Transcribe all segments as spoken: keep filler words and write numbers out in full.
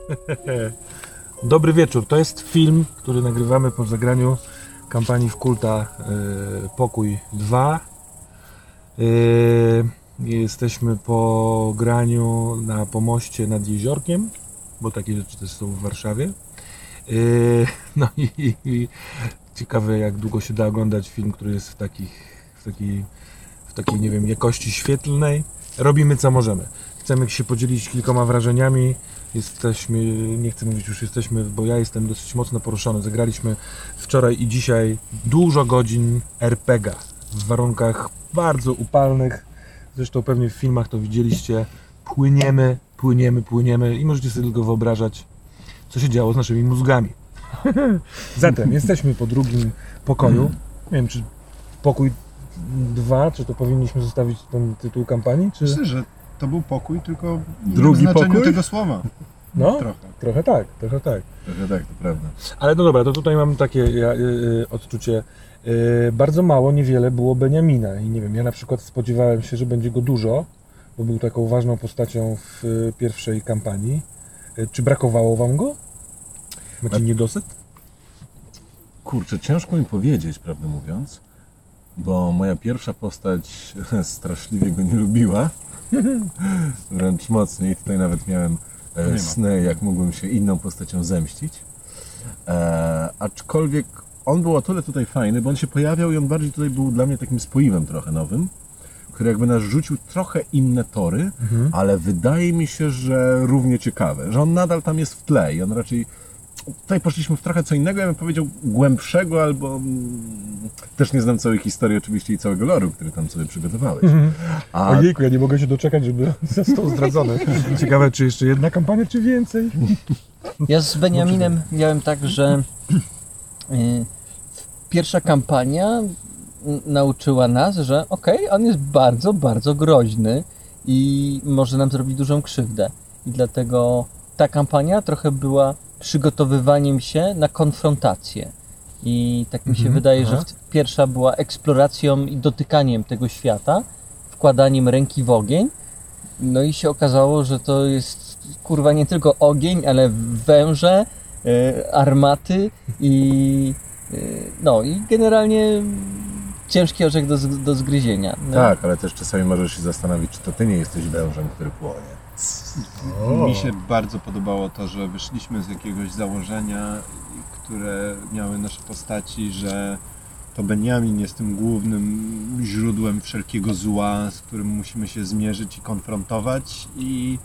Dobry wieczór. To jest film, który nagrywamy po zagraniu kampanii w Kulta yy, Pokój dwa. Yy, jesteśmy po graniu na pomoście nad jeziorkiem, bo takie rzeczy też są w Warszawie. Yy, no i, i ciekawe, jak długo się da oglądać film, który jest w takich, w takiej, w takiej, nie wiem, jakości świetlnej. Robimy co możemy. Chcemy się podzielić kilkoma wrażeniami. Jesteśmy, nie chcę mówić już jesteśmy, bo ja jestem dosyć mocno poruszony. Zagraliśmy wczoraj i dzisiaj dużo godzin er pe gie w warunkach bardzo upalnych. Zresztą pewnie w filmach to widzieliście. Płyniemy, płyniemy, płyniemy i możecie sobie tylko wyobrażać, co się działo z naszymi mózgami. Zatem jesteśmy po drugim pokoju. Nie wiem, czy pokój dwa, czy to powinniśmy zostawić ten tytuł kampanii, czy... Myślę, że to był pokój, tylko drugi w znaczeniu pokój tego słowa. No, trochę. trochę tak, trochę tak. Trochę tak, to prawda. Ale no dobra, to tutaj mam takie ja, y, odczucie. Y, bardzo mało, niewiele było Beniamina i nie wiem, ja na przykład spodziewałem się, że będzie go dużo, bo był taką ważną postacią w y, pierwszej kampanii. Y, czy brakowało wam go? Macie A... niedosyt? Kurczę, ciężko mi powiedzieć, prawdę mówiąc, bo moja pierwsza postać straszliwie go nie lubiła. Wręcz mocniej. Tutaj nawet miałem e, sny, jak mógłbym się inną postacią zemścić. E, aczkolwiek on był o tyle tutaj fajny, bo on się pojawiał i on bardziej tutaj był dla mnie takim spoiwem trochę nowym, który jakby nas rzucił trochę inne tory, mhm. ale wydaje mi się, że równie ciekawe, że on nadal tam jest w tle i on raczej... Tutaj poszliśmy w trochę co innego, ja bym powiedział głębszego, albo mm, też nie znam całej historii oczywiście i całego loru, który tam sobie przygotowałeś. A... Ojejku, ja nie mogę się doczekać, żeby został zdradzony. Ciekawe, czy jeszcze jedna kampania, czy więcej? Ja z Beniaminem miałem tak, że yy, pierwsza kampania nauczyła nas, że okej, okay, on jest bardzo, bardzo groźny i może nam zrobić dużą krzywdę. I dlatego ta kampania trochę była przygotowywaniem się na konfrontację. I tak mi się mhm, wydaje, aha. że pierwsza była eksploracją i dotykaniem tego świata, wkładaniem ręki w ogień. No i się okazało, że to jest kurwa nie tylko ogień, ale węże, e, armaty i e, no i generalnie ciężki orzech do, do zgryzienia. No. Tak, ale też czasami możesz się zastanowić, czy to ty nie jesteś wężem, który płonie. O. Mi się bardzo podobało to, że wyszliśmy z jakiegoś założenia, które miały nasze postaci, że to Beniamin jest tym głównym źródłem wszelkiego zła, z którym musimy się zmierzyć i konfrontować i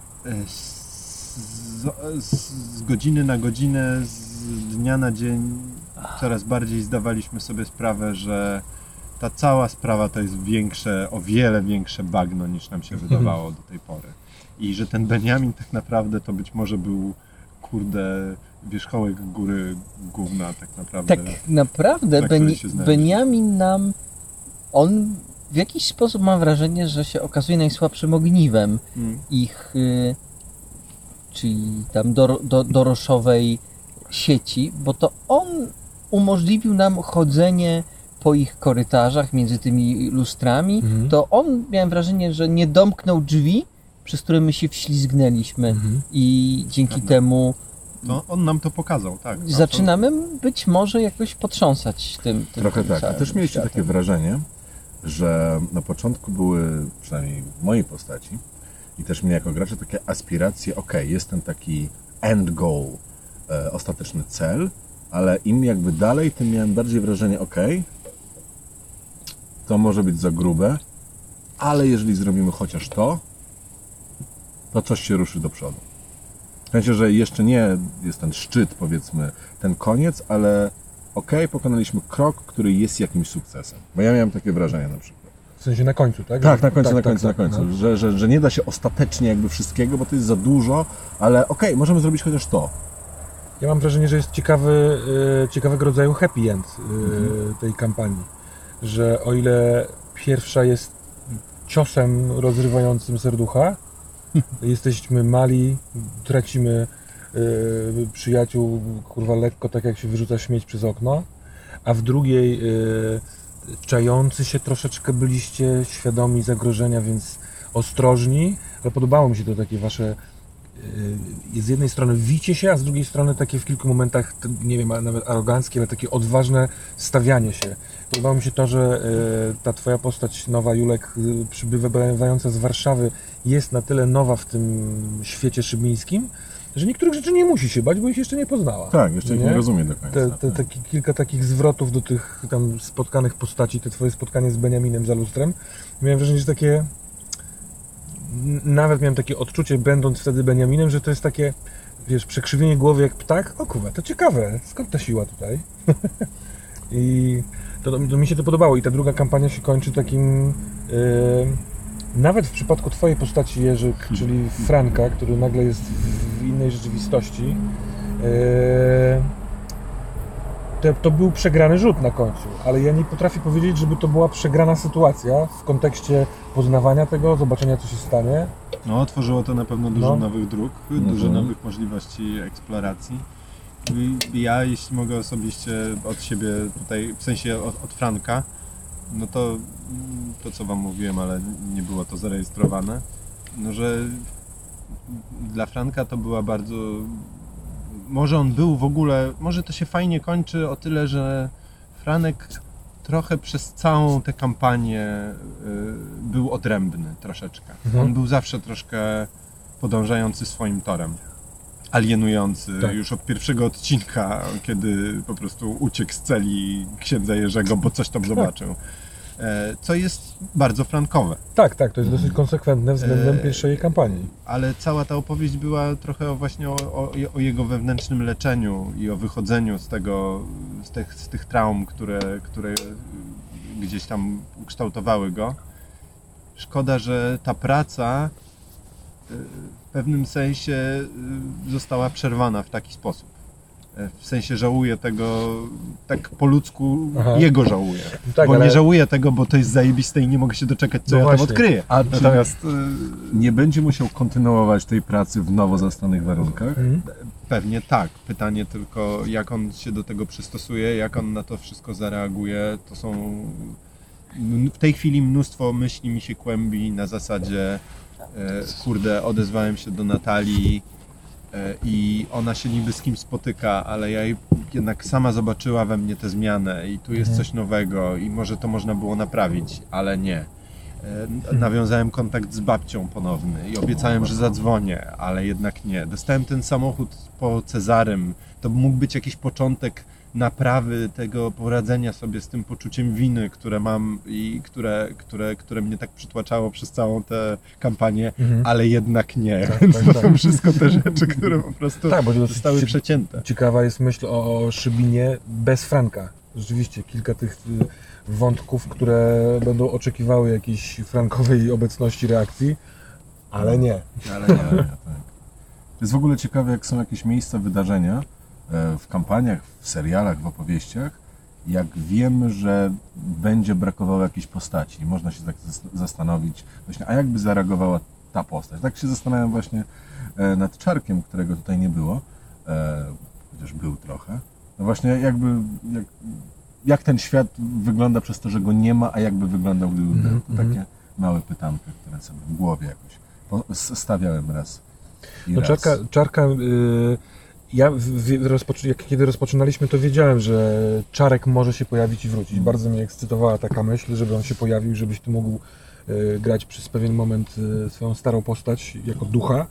z, z, z godziny na godzinę, z dnia na dzień coraz bardziej zdawaliśmy sobie sprawę, że ta cała sprawa to jest większe, o wiele większe bagno niż nam się wydawało do tej pory. I że ten Beniamin tak naprawdę to być może był, kurde, wierzchołek góry gówna tak naprawdę. Tak naprawdę Beni Beniamin nam, on w jakiś sposób mam wrażenie, że się okazuje najsłabszym ogniwem hmm. ich, y, czyli tam do, do, doroszowej sieci, bo to on umożliwił nam chodzenie po ich korytarzach między tymi lustrami, hmm. to on, miałem wrażenie, że nie domknął drzwi, przez które my się wślizgnęliśmy mhm. i dzięki tak, temu to on nam to pokazał, tak. Zaczynamy absolutnie. Być może jakoś potrząsać tym, tym Trochę tak, a też mieliście takie wrażenie, że na początku były, przynajmniej w mojej postaci i też mnie jako gracza, takie aspiracje, ok, jest ten taki end goal, e, ostateczny cel, ale im jakby dalej, tym miałem bardziej wrażenie, ok, to może być za grube, ale jeżeli zrobimy chociaż to, to coś się ruszy do przodu. W sensie, że jeszcze nie jest ten szczyt, powiedzmy, ten koniec, ale okej, okay, pokonaliśmy krok, który jest jakimś sukcesem. Bo ja miałem takie wrażenie na przykład. W sensie na końcu, tak? Tak, na końcu, tak, na końcu, tak, na końcu. No. Że, że, że nie da się ostatecznie jakby wszystkiego, bo to jest za dużo, ale okej, okay, możemy zrobić chociaż to. Ja mam wrażenie, że jest ciekawy, ciekawego rodzaju happy end mhm. tej kampanii. Że o ile pierwsza jest ciosem rozrywającym serducha, jesteśmy mali, tracimy y, przyjaciół, kurwa, lekko, tak jak się wyrzuca śmieć przez okno, a w drugiej y, czający się troszeczkę byliście świadomi zagrożenia, więc ostrożni, ale podobało mi się to takie wasze jest z jednej strony wicie się, a z drugiej strony takie w kilku momentach, nie wiem, nawet aroganckie, ale takie odważne stawianie się. Podobało mi się to, że ta twoja postać nowa, Julek, przybywająca z Warszawy, jest na tyle nowa w tym świecie szybińskim, że niektórych rzeczy nie musi się bać, bo ich jeszcze nie poznała. Tak, jeszcze ich nie rozumie do końca. Te, te, te, kilka takich zwrotów do tych tam spotkanych postaci, te twoje spotkanie z Beniaminem za lustrem, miałem wrażenie, że takie... Nawet miałem takie odczucie, będąc wtedy Beniaminem, że to jest takie, wiesz, przekrzywienie głowy jak ptak. O kurwa, to ciekawe, skąd ta siła tutaj? I to, to mi się to podobało. I ta druga kampania się kończy takim... Yy, nawet w przypadku twojej postaci, Jerzyk, czyli Franka, który nagle jest w innej rzeczywistości, yy, to, to był przegrany rzut na końcu, ale ja nie potrafię powiedzieć, żeby to była przegrana sytuacja w kontekście poznawania tego, zobaczenia, co się stanie. No, otworzyło to na pewno dużo No. nowych dróg, Mhm. dużo nowych możliwości eksploracji. I ja, jeśli mogę osobiście od siebie tutaj, w sensie od, od Franka, no to to, co wam mówiłem, ale nie było to zarejestrowane, no że dla Franka to była bardzo... Może on był w ogóle, może to się fajnie kończy o tyle, że Franek trochę przez całą tę kampanię y, był odrębny troszeczkę. Mhm. On był zawsze troszkę podążający swoim torem. Alienujący Tak. już od pierwszego odcinka, kiedy po prostu uciekł z celi księdza Jerzego, bo coś tam zobaczył. E, co jest bardzo frankowe. Tak, tak, to jest dosyć konsekwentne względem Eee, pierwszej kampanii. Ale cała ta opowieść była trochę właśnie o, o, o jego wewnętrznym leczeniu i o wychodzeniu z tego, z tych, z tych traum, które, które gdzieś tam ukształtowały go. Szkoda, że ta praca y, w pewnym sensie y, została przerwana w taki sposób. E, W sensie żałuję tego, tak po ludzku Aha. jego żałuję. Tak, bo ale- nie żałuję tego, bo to jest zajebiste i nie mogę się doczekać, co No ja właśnie. tam odkryję. A czy Natomiast y, nie będzie musiał kontynuować tej pracy w nowo zastanych warunkach? Mhm. pewnie tak. Pytanie tylko, jak on się do tego przystosuje, jak on na to wszystko zareaguje. To są w tej chwili mnóstwo myśli mi się kłębi na zasadzie e, kurde, odezwałem się do Natalii e, i ona się niby z kimś spotyka, ale ja jej jednak sama zobaczyła we mnie tę zmianę i tu jest Mhm. coś nowego i może to można było naprawić, ale nie. E, Nawiązałem kontakt z babcią ponowny i obiecałem, że zadzwonię, ale jednak nie. Dostałem ten samochód po Cezarym. To mógł być jakiś początek naprawy tego poradzenia sobie z tym poczuciem winy, które mam i które, które, które mnie tak przytłaczało przez całą tę kampanię, Mhm. ale jednak nie. Tak, Więc tak, to tak. są wszystko te rzeczy, które po prostu Tak, bo to dosyć zostały cie- przecięte. ciekawa jest myśl o, o Szybinie bez Franka. Rzeczywiście kilka tych y, wątków, które będą oczekiwały jakiejś frankowej obecności, reakcji, ale nie. Ale nie. Tak, tak. To jest w ogóle ciekawe, jak są jakieś miejsca, wydarzenia e, w kampaniach, w serialach, w opowieściach, jak wiem, że będzie brakowało jakiejś postaci. Można się tak zas- zastanowić, właśnie, a jakby zareagowała ta postać. Tak się zastanawiam właśnie e, nad Czarkiem, którego tutaj nie było, e, chociaż był trochę. No właśnie, jakby, jak, jak ten świat wygląda przez to, że go nie ma, a jakby wyglądał, gdyby był. Mhm, To takie małe pytanki, które sobie w głowie jakoś po- s- stawiałem raz i No raz. Czarka, czarka y, ja w, w, rozpoczy, jak, kiedy rozpoczynaliśmy, to wiedziałem, że Czarek może się pojawić i wrócić. Bardzo mnie ekscytowała taka myśl, żeby on się pojawił, żebyś ty mógł y, grać przez pewien moment y, swoją starą postać jako ducha.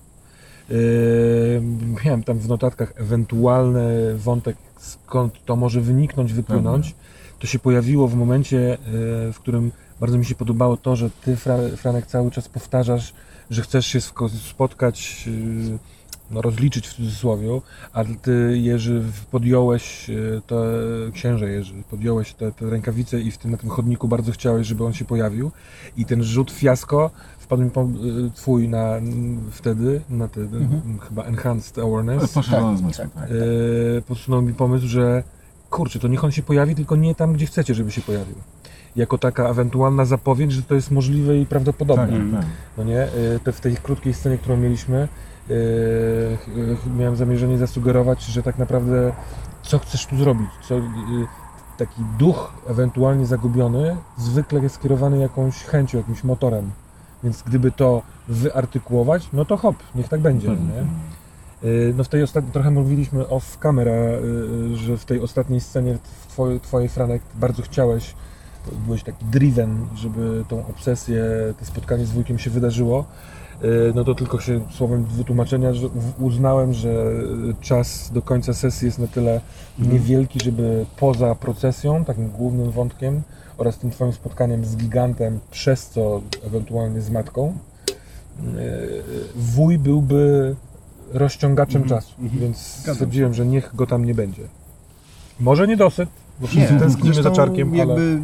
Y, miałem tam w notatkach ewentualny wątek, skąd to może wyniknąć, wypłynąć. To się pojawiło w momencie, y, w którym bardzo mi się podobało to, że ty, Fra, Franek, cały czas powtarzasz, że chcesz się sko- spotkać, y, no, rozliczyć w cudzysłowie, a ty, Jerzy, podjąłeś, y, to księże Jerzy, podjąłeś te, te rękawice i w tym, na tym chodniku bardzo chciałeś, żeby on się pojawił. I ten rzut fiasko wpadł mi po, y, twój na wtedy, na ten Mhm. chyba Enhanced Awareness. Poszerzony Tak, zmysł, tak, tak. Yy, podsunął mi pomysł, że kurczę, to niech on się pojawi, tylko nie tam, gdzie chcecie, żeby się pojawił. Jako taka ewentualna zapowiedź, że to jest możliwe i prawdopodobne. Tak, tak. No nie? Yy, to w tej krótkiej scenie, którą mieliśmy, yy, yy, miałem zamierzenie zasugerować, że tak naprawdę co chcesz tu zrobić? Co, yy, taki duch ewentualnie zagubiony zwykle jest skierowany jakąś chęcią, jakimś motorem. Więc gdyby to wyartykułować, no to hop, niech tak będzie. Nie? Y, No w tej ostatniej, trochę mówiliśmy off camera, y, że w tej ostatniej scenie w twojej, twojej Franek bardzo chciałeś, byłeś taki driven, żeby tą obsesję, to spotkanie z wujkiem się wydarzyło. Y, No to tylko się słowem wytłumaczenia, że w- uznałem, że czas do końca sesji jest na tyle niewielki, żeby poza procesją, takim głównym wątkiem oraz tym twoim spotkaniem z gigantem, przez co ewentualnie z matką, y, wuj byłby rozciągaczem Mhm, czasu, mhm. więc Zgadzam stwierdziłem, że niech go tam nie będzie. Może niedosyt, bo Nie, wszyscy tęsknimy za zresztą Czarkiem, ale... jakby...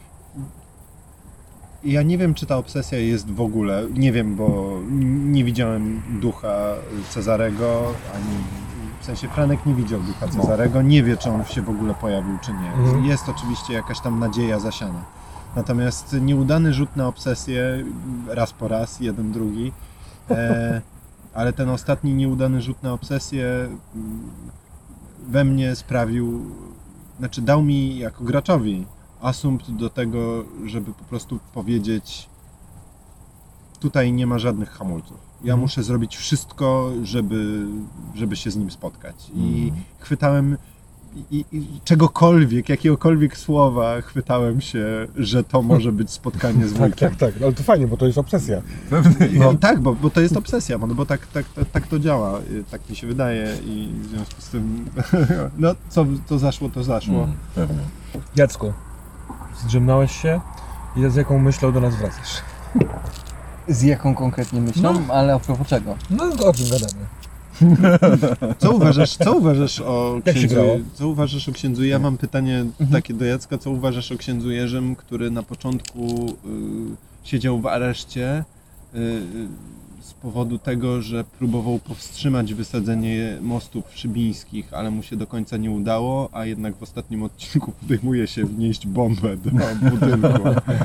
Ja nie wiem, czy ta obsesja jest w ogóle, nie wiem, bo nie widziałem ducha Cezarego, ani w sensie Franek nie widział ducha Cezarego, nie wie, czy on się w ogóle pojawił, czy nie. Mhm. Jest oczywiście jakaś tam nadzieja zasiana. Natomiast nieudany rzut na obsesję, raz po raz, jeden, drugi, e, ale ten ostatni nieudany rzut na obsesję mm, we mnie sprawił, znaczy dał mi jako graczowi asumpt do tego, żeby po prostu powiedzieć, tutaj nie ma żadnych hamulców. Ja Mhm. muszę zrobić wszystko, żeby, żeby się z nim spotkać. I Mhm. chwytałem i, i czegokolwiek, jakiegokolwiek słowa chwytałem się, że to może być spotkanie z Tak, wujkiem. tak, tak, ale to fajnie, bo to jest obsesja. No tak, bo, bo to jest obsesja, no bo tak, tak, tak, tak to działa, y, tak mi się wydaje i w związku z tym, no co to zaszło, to zaszło. Mm, pewnie. Jacku, zdrzemnąłeś się i z jaką myślą do nas wracasz? Z jaką konkretnie myślą, No. ale a propos czego? No o czym gadamy? Co uważasz, co uważasz o Jak się księdzu, grało? co uważasz o księdzu, ja mam pytanie Mhm. takie do Jacka, co uważasz o księdzu Jerzym, który na początku y, siedział w areszcie y, z powodu tego, że próbował powstrzymać wysadzenie mostów szybińskich, ale mu się do końca nie udało, a jednak w ostatnim odcinku podejmuje się wnieść bombę do budynku.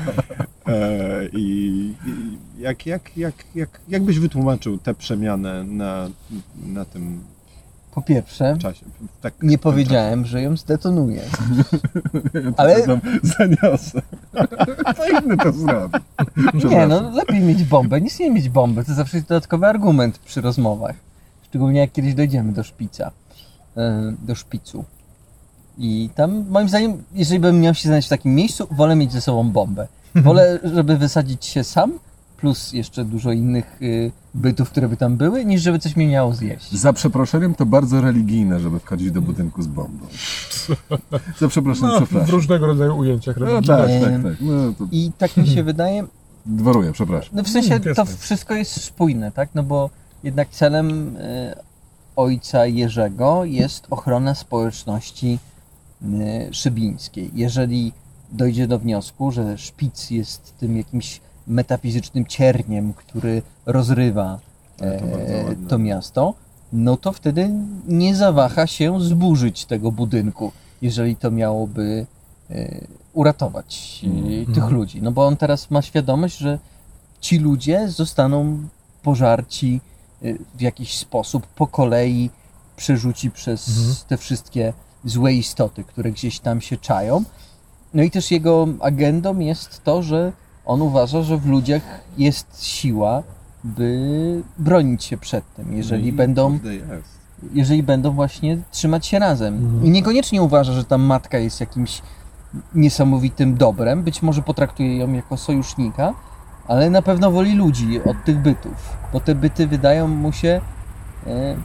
E, I, i jak, jak, jak, jak, jak byś wytłumaczył tę przemianę na, na tym Po pierwsze, czasie? Tak, nie w tym powiedziałem, że ją zdetonuję. Ale... Ale- Tam zaniosę. Co inny to zrobi? Nie, no lepiej mieć bombę niż nie mieć bomby. To zawsze jest dodatkowy argument przy rozmowach. Szczególnie jak kiedyś dojdziemy do szpica. e, Do szpicu. I tam moim zdaniem, jeżeli bym miał się znaleźć w takim miejscu, wolę mieć ze sobą bombę. Wolę, żeby wysadzić się sam, plus jeszcze dużo innych y, bytów, które by tam były, niż żeby coś mnie miało zjeść. Za przeproszeniem to bardzo religijne, żeby wchodzić do budynku z bombą. Za przeproszeniem, No, w przepraszam. różnego rodzaju ujęciach. No religijnych. tak, Em, tak, tak. No to I tak mi się wydaje, dworuję, przepraszam. no w sensie to Jasne. wszystko jest spójne, tak? No bo jednak celem y, ojca Jerzego jest ochrona społeczności y, szybińskiej. Jeżeli dojdzie do wniosku, że szpic jest tym jakimś metafizycznym cierniem, który rozrywa Ale to bardzo e, ładne. to miasto, no to wtedy nie zawaha się zburzyć tego budynku, jeżeli to miałoby e, uratować e, Mhm. tych ludzi. No bo on teraz ma świadomość, że ci ludzie zostaną pożarci e, w jakiś sposób, po kolei przerzuci przez Mhm. te wszystkie złe istoty, które gdzieś tam się czają. No i też jego agendą jest to, że on uważa, że w ludziach jest siła, by bronić się przed tym, jeżeli No i będą, kurde jest. jeżeli będą właśnie trzymać się razem. Mhm. I niekoniecznie uważa, że ta matka jest jakimś niesamowitym dobrem, być może potraktuje ją jako sojusznika, ale na pewno woli ludzi od tych bytów, bo te byty wydają mu się e,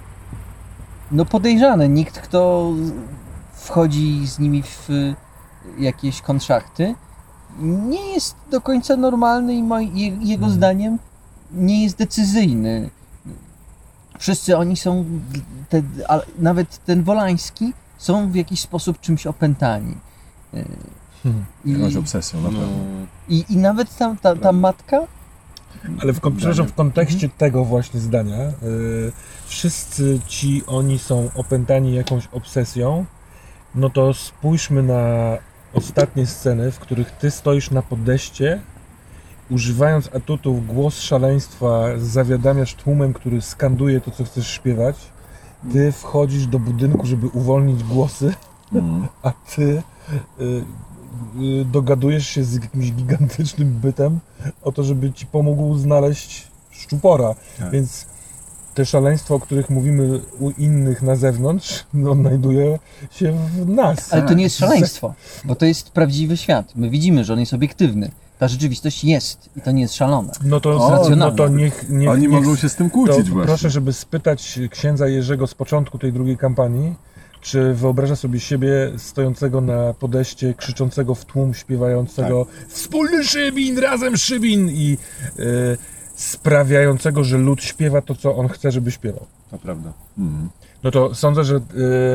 no podejrzane. Nikt, kto wchodzi z nimi w jakieś konszachty, nie jest do końca normalny i moi, je, jego Mhm. zdaniem nie jest decyzyjny. Wszyscy oni są, te, a nawet ten Wolański, są w jakiś sposób czymś opętani. E, Hmm. I, Jakąś obsesją, na No, pewno. i, i nawet ta, ta, ta matka, Ale w, kon- przepraszam, w kontekście tego właśnie zdania, y, wszyscy ci oni są opętani jakąś obsesją, no to spójrzmy na ostatnie sceny, w których ty stoisz na podejście, używając atutów głos szaleństwa, zawiadamiasz tłumem, który skanduje to, co chcesz śpiewać. Ty wchodzisz do budynku, żeby uwolnić głosy, Mm. a ty y, y, dogadujesz się z jakimś gigantycznym bytem o to, żeby ci pomógł znaleźć szczupora. Tak. Więc te szaleństwa, o których mówimy u innych na zewnątrz, no, znajduje się w nas. Ale to nie jest szaleństwo, bo to jest prawdziwy świat. My widzimy, że on jest obiektywny. Ta rzeczywistość jest i to nie jest szalone. No to, O, no to niech, niech Oni niech, mogą się z tym kłócić to właśnie. proszę, żeby spytać księdza Jerzego z początku tej drugiej kampanii, czy wyobraża sobie siebie stojącego na podejście, krzyczącego w tłum, śpiewającego wspólny szybin, razem szybin i y, sprawiającego, że lud śpiewa to, co on chce, żeby śpiewał. To prawda. Mhm. No to sądzę, że y,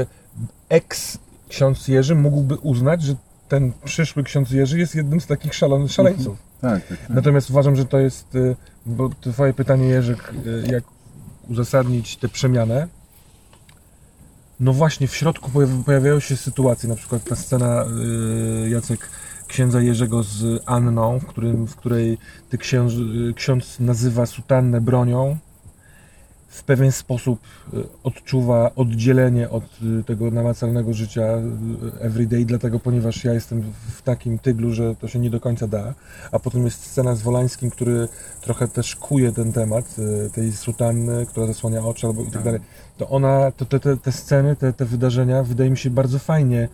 ex ksiądz Jerzy mógłby uznać, że ten przyszły ksiądz Jerzy jest jednym z takich szalonych szaleńców. Tak, tak, tak. Natomiast uważam, że to jest, y, bo twoje pytanie, Jerzyk, y, jak uzasadnić tę przemianę. No właśnie, w środku pojawi- pojawiają się sytuacje, na przykład ta scena, y, Jacek, księdza Jerzego z Anną, w, którym, w której ty ksiądz, y, ksiądz nazywa sutannę bronią. W pewien sposób y, odczuwa oddzielenie od y, tego namacalnego życia y, everyday, dlatego, ponieważ ja jestem w takim tyglu, że to się nie do końca da. A potem jest scena z Wolańskim, który trochę też kuje ten temat y, tej sutanny, która zasłania oczy albo i tak dalej. To ona, to, te, te, te sceny, te, te wydarzenia, wydaje mi się, bardzo fajnie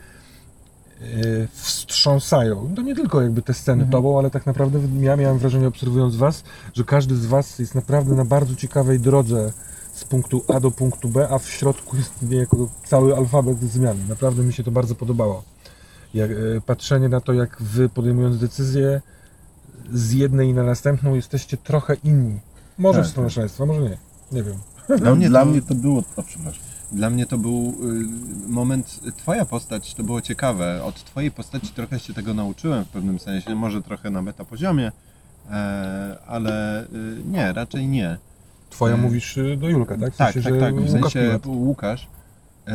y, wstrząsają. To nie tylko jakby te sceny Mhm. tobą, ale tak naprawdę ja miałem wrażenie, obserwując was, że każdy z was jest naprawdę na bardzo ciekawej drodze z punktu A do punktu B, a w środku jest niejako cały alfabet zmian. Naprawdę mi się to bardzo podobało. Jak, y, patrzenie na to, jak wy podejmując decyzję z jednej na następną jesteście trochę inni. Może Tak, w stronę tak. szaleństwa, może nie. Nie wiem. Dla, mnie dla to- mnie to było... O, przepraszam. Dla mnie to był y, moment, twoja postać, to było ciekawe. Od twojej postaci trochę się tego nauczyłem w pewnym sensie, może trochę na beta poziomie, e, ale y, nie, raczej nie. Twoja Y, mówisz y, do Julka, tak? W Tak, sensie, tak, że tak, w Łukasz sensie Piłat. Łukasz. Y,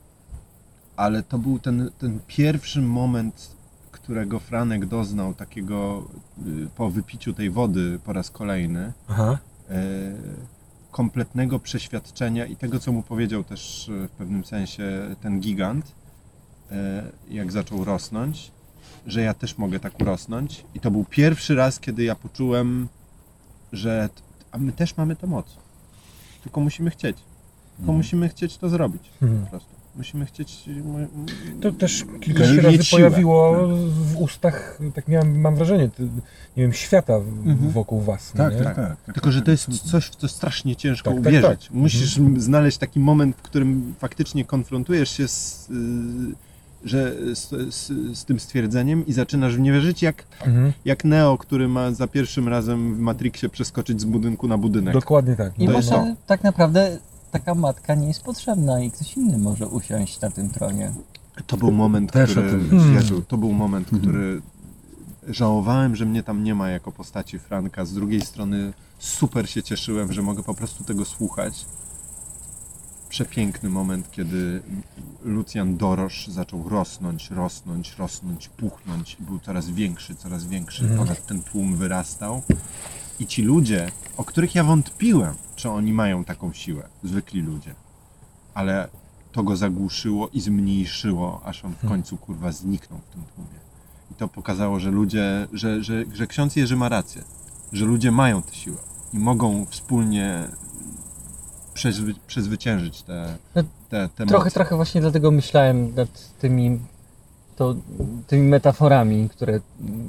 ale to był ten, ten pierwszy moment, którego Franek doznał takiego y, po wypiciu tej wody po raz kolejny. Aha. e, kompletnego przeświadczenia i tego, co mu powiedział też e, w pewnym sensie ten gigant, e, jak zaczął rosnąć, że ja też mogę tak urosnąć. I to był pierwszy raz, kiedy ja poczułem, że t- a my też mamy tę moc. Tylko musimy chcieć. Tylko Mhm. musimy chcieć to zrobić. Mhm. Po prostu. Musimy chcieć... m- m- To też kilka się Mieć razy siłę. pojawiło w ustach, tak miałem, mam wrażenie, ty, nie wiem, świata w- Mhm. wokół was. Tak, nie? tak, tak, tak. Tylko, że to jest absolutnie. coś, w co strasznie ciężko Tak, tak, uwierzyć. tak. Musisz znaleźć taki moment, w którym faktycznie konfrontujesz się z, y, że, z, z, z tym stwierdzeniem i zaczynasz w nie wierzyć, jak, Mhm. jak Neo, który ma za pierwszym razem w Matrixie przeskoczyć z budynku na budynek. Dokładnie tak. I To No, jest no. może tak naprawdę taka matka nie jest potrzebna i ktoś inny może usiąść na tym tronie. To był moment, Też który, o tym myślę. Jezu, to był moment, Mhm. który żałowałem, że mnie tam nie ma jako postaci Franka. Z drugiej strony super się cieszyłem, że mogę po prostu tego słuchać. Przepiękny moment, kiedy Lucjan Dorosz zaczął rosnąć, rosnąć, rosnąć, puchnąć i był coraz większy, coraz większy, Mhm. ponad ten tłum wyrastał. I ci ludzie, o których ja wątpiłem, czy oni mają taką siłę, zwykli ludzie, ale to go zagłuszyło i zmniejszyło, aż on w końcu, kurwa, zniknął w tym tłumie. I to pokazało, że ludzie, że, że, że ksiądz Jerzy ma rację, że ludzie mają tę siłę i mogą wspólnie przezwy, przezwyciężyć te, No, te, te Trochę, moce. trochę właśnie dlatego myślałem nad tymi, to, tymi metaforami, które mm,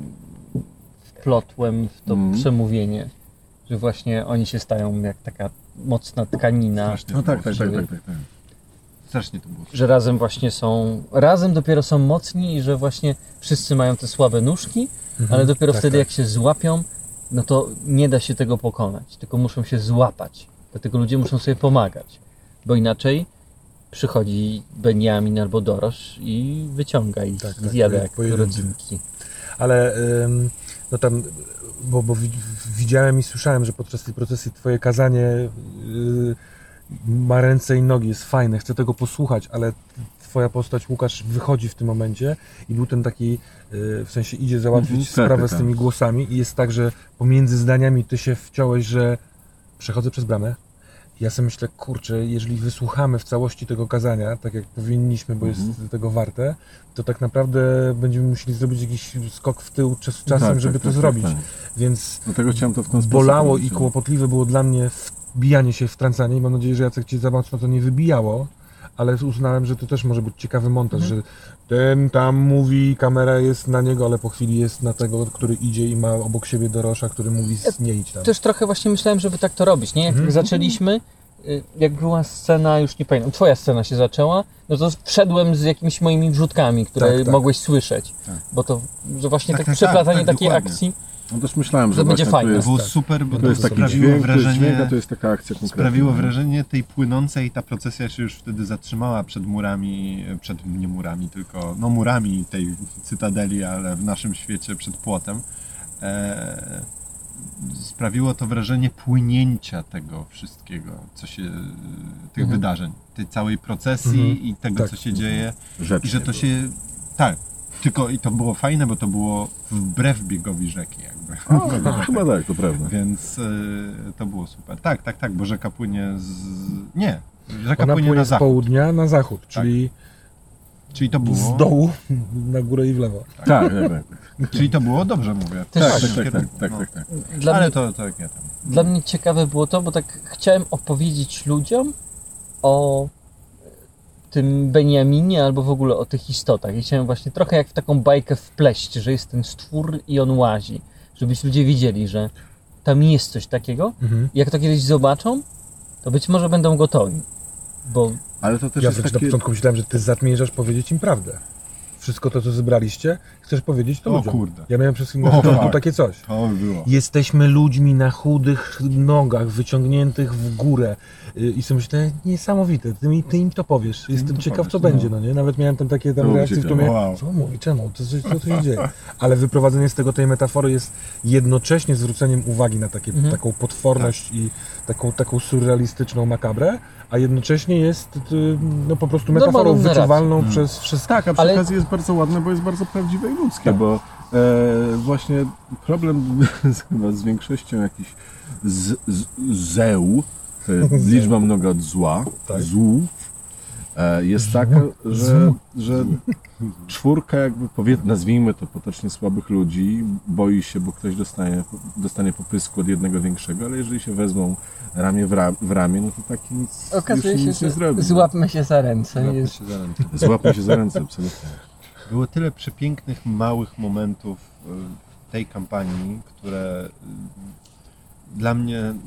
wplotłem w to Mhm. przemówienie, że właśnie oni się stają jak taka mocna tkanina, Strasznie No to tak, było, tak, tak, tak, tak, tak. strasznie to było. że razem właśnie są, razem dopiero są mocni i że właśnie wszyscy mają te słabe nóżki, Mhm. ale dopiero Tak, wtedy tak. jak się złapią, no to nie da się tego pokonać, tylko muszą się złapać. Dlatego ludzie muszą sobie pomagać, bo inaczej przychodzi Beniamin albo Dorosz i wyciąga ich, Tak, tak, zjada jak jak pojedynczy. rodzinki. Ale ym, no tam, bo, bo wi- widziałem i słyszałem, że podczas tej procesji twoje kazanie yy, ma ręce i nogi, jest fajne, chcę tego posłuchać, ale twoja postać Łukasz wychodzi w tym momencie i był ten taki, yy, w sensie idzie załatwić Mhm, tak, sprawę tak, z tak. tymi głosami i jest tak, że pomiędzy zdaniami ty się wciąłeś, że przechodzę przez bramę Ja sobie myślę, kurczę, jeżeli wysłuchamy w całości tego kazania, tak jak powinniśmy, bo Mhm. jest tego warte, to tak naprawdę będziemy musieli zrobić jakiś skok w tył czas, czasem, Tak, żeby tak, to tak, zrobić. tak, tak. Więc Dlatego chciałem to w ten sposób bolało robić, i że- kłopotliwe było dla mnie wbijanie się, wtrącanie i mam nadzieję, że Jacek Cię za mocno to nie wybijało, ale uznałem, że to też może być ciekawy montaż, Mhm. że ten tam mówi, kamera jest na niego, ale po chwili jest na tego, który idzie i ma obok siebie Dorosza, który mówi nie idź tam. Też trochę właśnie myślałem, żeby tak to robić, nie? Jak Mhm. zaczęliśmy, y, jak była scena, już nie pamiętam, twoja scena się zaczęła, no to wszedłem z jakimiś moimi wrzutkami, które Tak, tak. mogłeś słyszeć. Tak. Bo to, że właśnie Tak, tak, tak, przeplatanie tak, tak, takiej dokładnie. akcji. No też myślałem, że To będzie właśnie fajne. to To jest, było tak. super, bo to to, jest taki sprawiło dźwięk, to jest wrażenie, dźwięk, a to jest taka akcja konkretna. sprawiło nie? wrażenie tej płynącej, ta procesja się już wtedy zatrzymała przed murami, przed nie murami, tylko no murami tej cytadeli, ale w naszym świecie przed płotem. E, sprawiło to wrażenie płynięcia tego wszystkiego, co się, tych Mhm. wydarzeń, tej całej procesji Mhm. i tego, Tak. co się dzieje. Rzecznie I że to było. się, tak, tylko i to było fajne, bo to było wbrew biegowi rzeki jakby. A, chyba tak, to prawda. Więc y, to było super. Tak, tak, tak, bo rzeka płynie z... Nie, rzeka Ona płynie płynie na z zachód. południa na zachód, czyli Czyli to było... z dołu na górę i w lewo. Tak, tak, tak. Czyli to było dobrze, mówię. Też Tak, tak, tak, tak, Kierunek, tak, tak, no. tak, tak. Dla, Ale mnie, to tak, ja tam. dla mnie ciekawe było to, bo tak chciałem opowiedzieć ludziom o tym Beniaminie albo w ogóle o tych istotach. I chciałem właśnie trochę jak w taką bajkę wpleść, że jest ten stwór i on łazi. Żebyś ludzie wiedzieli, że tam jest coś takiego. Mhm. I jak to kiedyś zobaczą, to być może będą gotowi. Bo Ale to też Ja jest wręcz na takie... początku myślałem, że ty zamierzasz powiedzieć im prawdę. Wszystko to, co zebraliście, chcesz powiedzieć to O ludziom. kurde. Ja miałem przez chwilę O, na początku fuck. takie coś. To by było. Jesteśmy ludźmi na chudych nogach, wyciągniętych w górę. Y, I sobie myślę, niesamowite, ty, mi, ty im to powiesz. Jestem to ciekaw, powiesz, co no. będzie, no nie? Nawet miałem tam takie tam Było reakcje w ciekawe. tłumie, Wow. co mówi, czemu, co, co, co tu się dzieje? Ale wyprowadzenie z tego tej metafory jest jednocześnie zwróceniem uwagi na takie, Mhm. taką potworność i taką, taką surrealistyczną makabrę, a jednocześnie jest y, no, po prostu metaforą Normalną narracją. wyczuwalną Hmm. przez wszystkich. Tak, a przy Ale- okazji jest bardzo ładne, bo jest bardzo prawdziwe i ludzkie, Tak. bo e, właśnie problem z, chyba z większością jakichś z, z, zeł, to jest liczba mnoga od zła, Tak. złów, e, jest taka, że, że czwórka jakby, powie, nazwijmy to potocznie słabych ludzi, boi się, bo ktoś dostanie, dostanie popysku od jednego większego, ale jeżeli się wezmą ramię w, ra, w ramię, no to taki nic, okazuje już się, nic nie że zrobi. złapmy się za ręce. Złapmy Jest... się za ręce. Złapmy się za ręce, absolutnie. Było tyle przepięknych, małych momentów y, tej kampanii, które y, dla mnie y,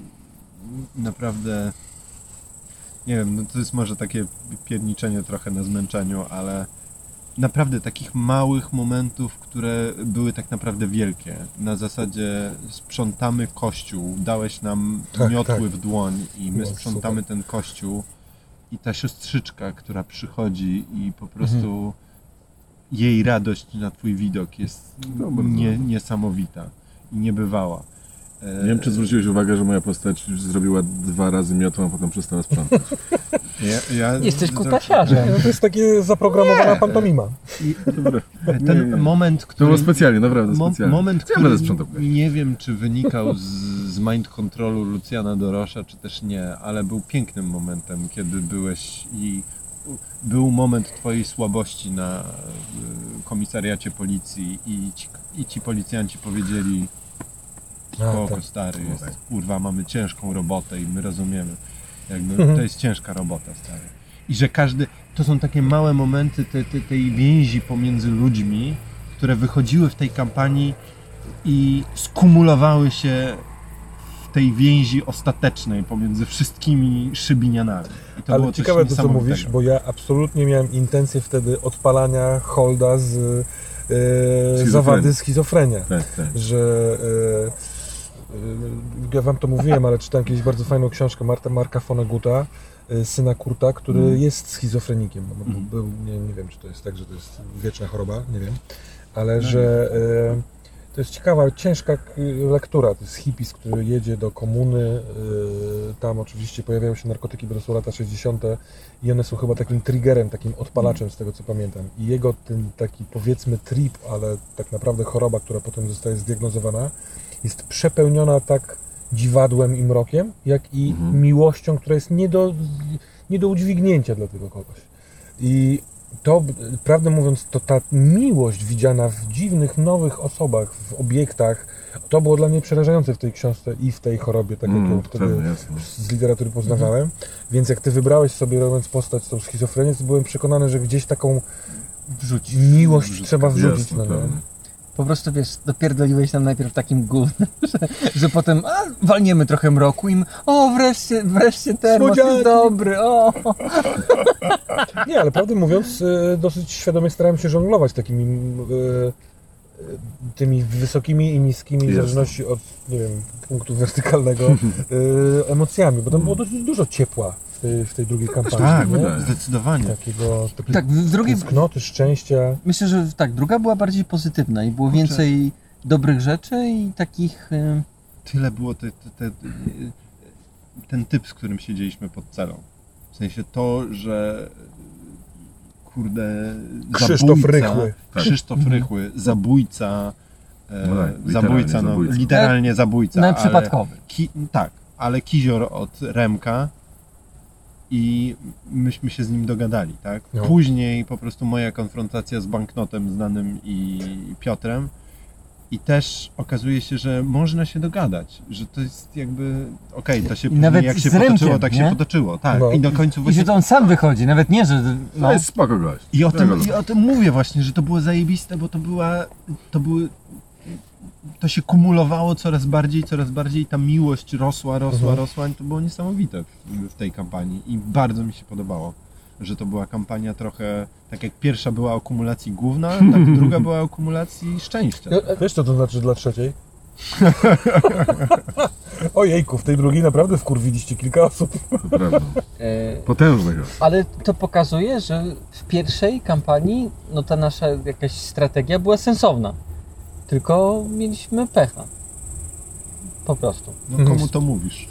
naprawdę, nie wiem, no to jest może takie pierniczenie trochę na zmęczeniu, ale naprawdę takich małych momentów, które były tak naprawdę wielkie. Na zasadzie sprzątamy kościół, dałeś nam Tak, miotły tak. w dłoń i my Było sprzątamy ten kościół i ta siostrzyczka, która przychodzi i po prostu jej radość na twój widok jest No, bardzo nie, ładnie. niesamowita i niebywała. E, Nie wiem, czy zwróciłeś uwagę, że moja postać już zrobiła dwa razy miotłą, a potem przestała sprzątać. ja, ja, Jesteś kutasiarzem. No, to jest takie zaprogramowana Nie. pantomima. Dobra. Ten Nie, nie. moment, To który... było specjalnie, naprawdę Mo- specjalnie. moment, Ja który będę sprzątał. nie wiem, czy wynikał z, z mind controlu Lucjana Dorosza, czy też nie, ale był pięknym momentem, kiedy byłeś i był moment twojej słabości na y, komisariacie policji i ci, i ci policjanci powiedzieli A, spoko tak. stary, No jest, tak. kurwa, mamy ciężką robotę i my rozumiemy. Jakby, Mhm. to jest ciężka robota, stary. I że każdy, to są takie małe momenty te, te, tej więzi pomiędzy ludźmi, które wychodziły w tej kampanii i skumulowały się w tej więzi ostatecznej pomiędzy wszystkimi szybinianami. I to było Ale coś ciekawe to, co niesamowitego. mówisz, bo ja absolutnie miałem intencję wtedy odpalania Holda z e, zawady schizofrenia. Tak, tak. Że e, e, ja wam to mówiłem, ale czytałem kiedyś bardzo fajną książkę Marta, Marka Voneguta, e, syna Kurta, który Mm. jest schizofrenikiem. No, Mhm. był, nie, nie wiem, czy to jest tak, że to jest wieczna choroba, nie wiem, ale No, że e, to jest ciekawa, ciężka k- lektura. To jest hippies, który jedzie do komuny. y, Tam oczywiście pojawiają się narkotyki, bo to są lata sześćdziesiąte i one są chyba takim triggerem, takim odpalaczem z tego, co pamiętam. I jego ten taki, powiedzmy, trip, ale tak naprawdę choroba, która potem zostaje zdiagnozowana, jest przepełniona tak dziwadłem i mrokiem, jak i Mhm. miłością, która jest nie do, nie do udźwignięcia dla tego kogoś. I to, prawdę mówiąc, to ta miłość widziana w dziwnych, nowych osobach, w obiektach, to było dla mnie przerażające w tej książce i w tej chorobie, tak jak ją Mm, wtedy pewnie, jasne. z literatury poznawałem. Więc jak ty wybrałeś sobie, robiąc postać z tą schizofrenią, to byłem przekonany, że gdzieś taką Wrzucić. miłość Wrzuć- trzeba wrzucić. Jasne, No, nie? pewnie. Po prostu, wiesz, dopierdoliłeś nam najpierw takim gównem, że, że potem a, walniemy trochę mroku i m- o, wreszcie, wreszcie termos Słodziaki. jest dobry, o. Nie, ale prawdę mówiąc, e, dosyć świadomie starałem się żonglować takimi e, e, tymi wysokimi i niskimi, w Jasne. zależności od, nie wiem, punktu wertykalnego, e, emocjami, bo tam było dosyć dużo ciepła w tej, w tej drugiej kampanii. Tak, nie? wydaje. zdecydowanie. Takiego, takiej Tak, w drugiej, tęsknoty, szczęścia. myślę, że tak, druga była bardziej pozytywna i było więcej dobrych rzeczy i takich... y, Tyle było te, te, te, ten typ, z którym siedzieliśmy pod celą. W sensie to, że kurde, Krzysztof zabójca, Rychły. Krzysztof Rychły, zabójca, e, No tak, literalnie zabójca, no, zabójca. literalnie zabójca. no, ale przypadkowy. Ki, tak, ale kizior od Remka i myśmy się z nim dogadali, tak? No. Później po prostu moja konfrontacja z banknotem znanym i Piotrem i też okazuje się, że można się dogadać, że to jest jakby, okej, to się później nawet jak się z Remkiem, potoczyło, tak nie? się potoczyło, tak. No. I do końca I właśnie... że to on sam wychodzi, nawet nie, że... No No, jest spoko gość. I o, Ja go tym, lubię. I o tym mówię właśnie, że to było zajebiste, bo to była, to były, to się kumulowało coraz bardziej, coraz bardziej, ta miłość rosła, rosła, Mhm. rosła i to było niesamowite w, w tej kampanii i bardzo mi się podobało, że to była kampania trochę, tak jak pierwsza była o kumulacji gówna, tak druga była o kumulacji szczęścia. Wiesz, co to znaczy dla trzeciej? Ojejku, w tej drugiej naprawdę wkurwiliście kilka osób. To prawda. e, Potężny gość. ale to pokazuje, że w pierwszej kampanii no ta nasza jakaś strategia była sensowna. Tylko mieliśmy pecha. Po prostu. No komu to mówisz?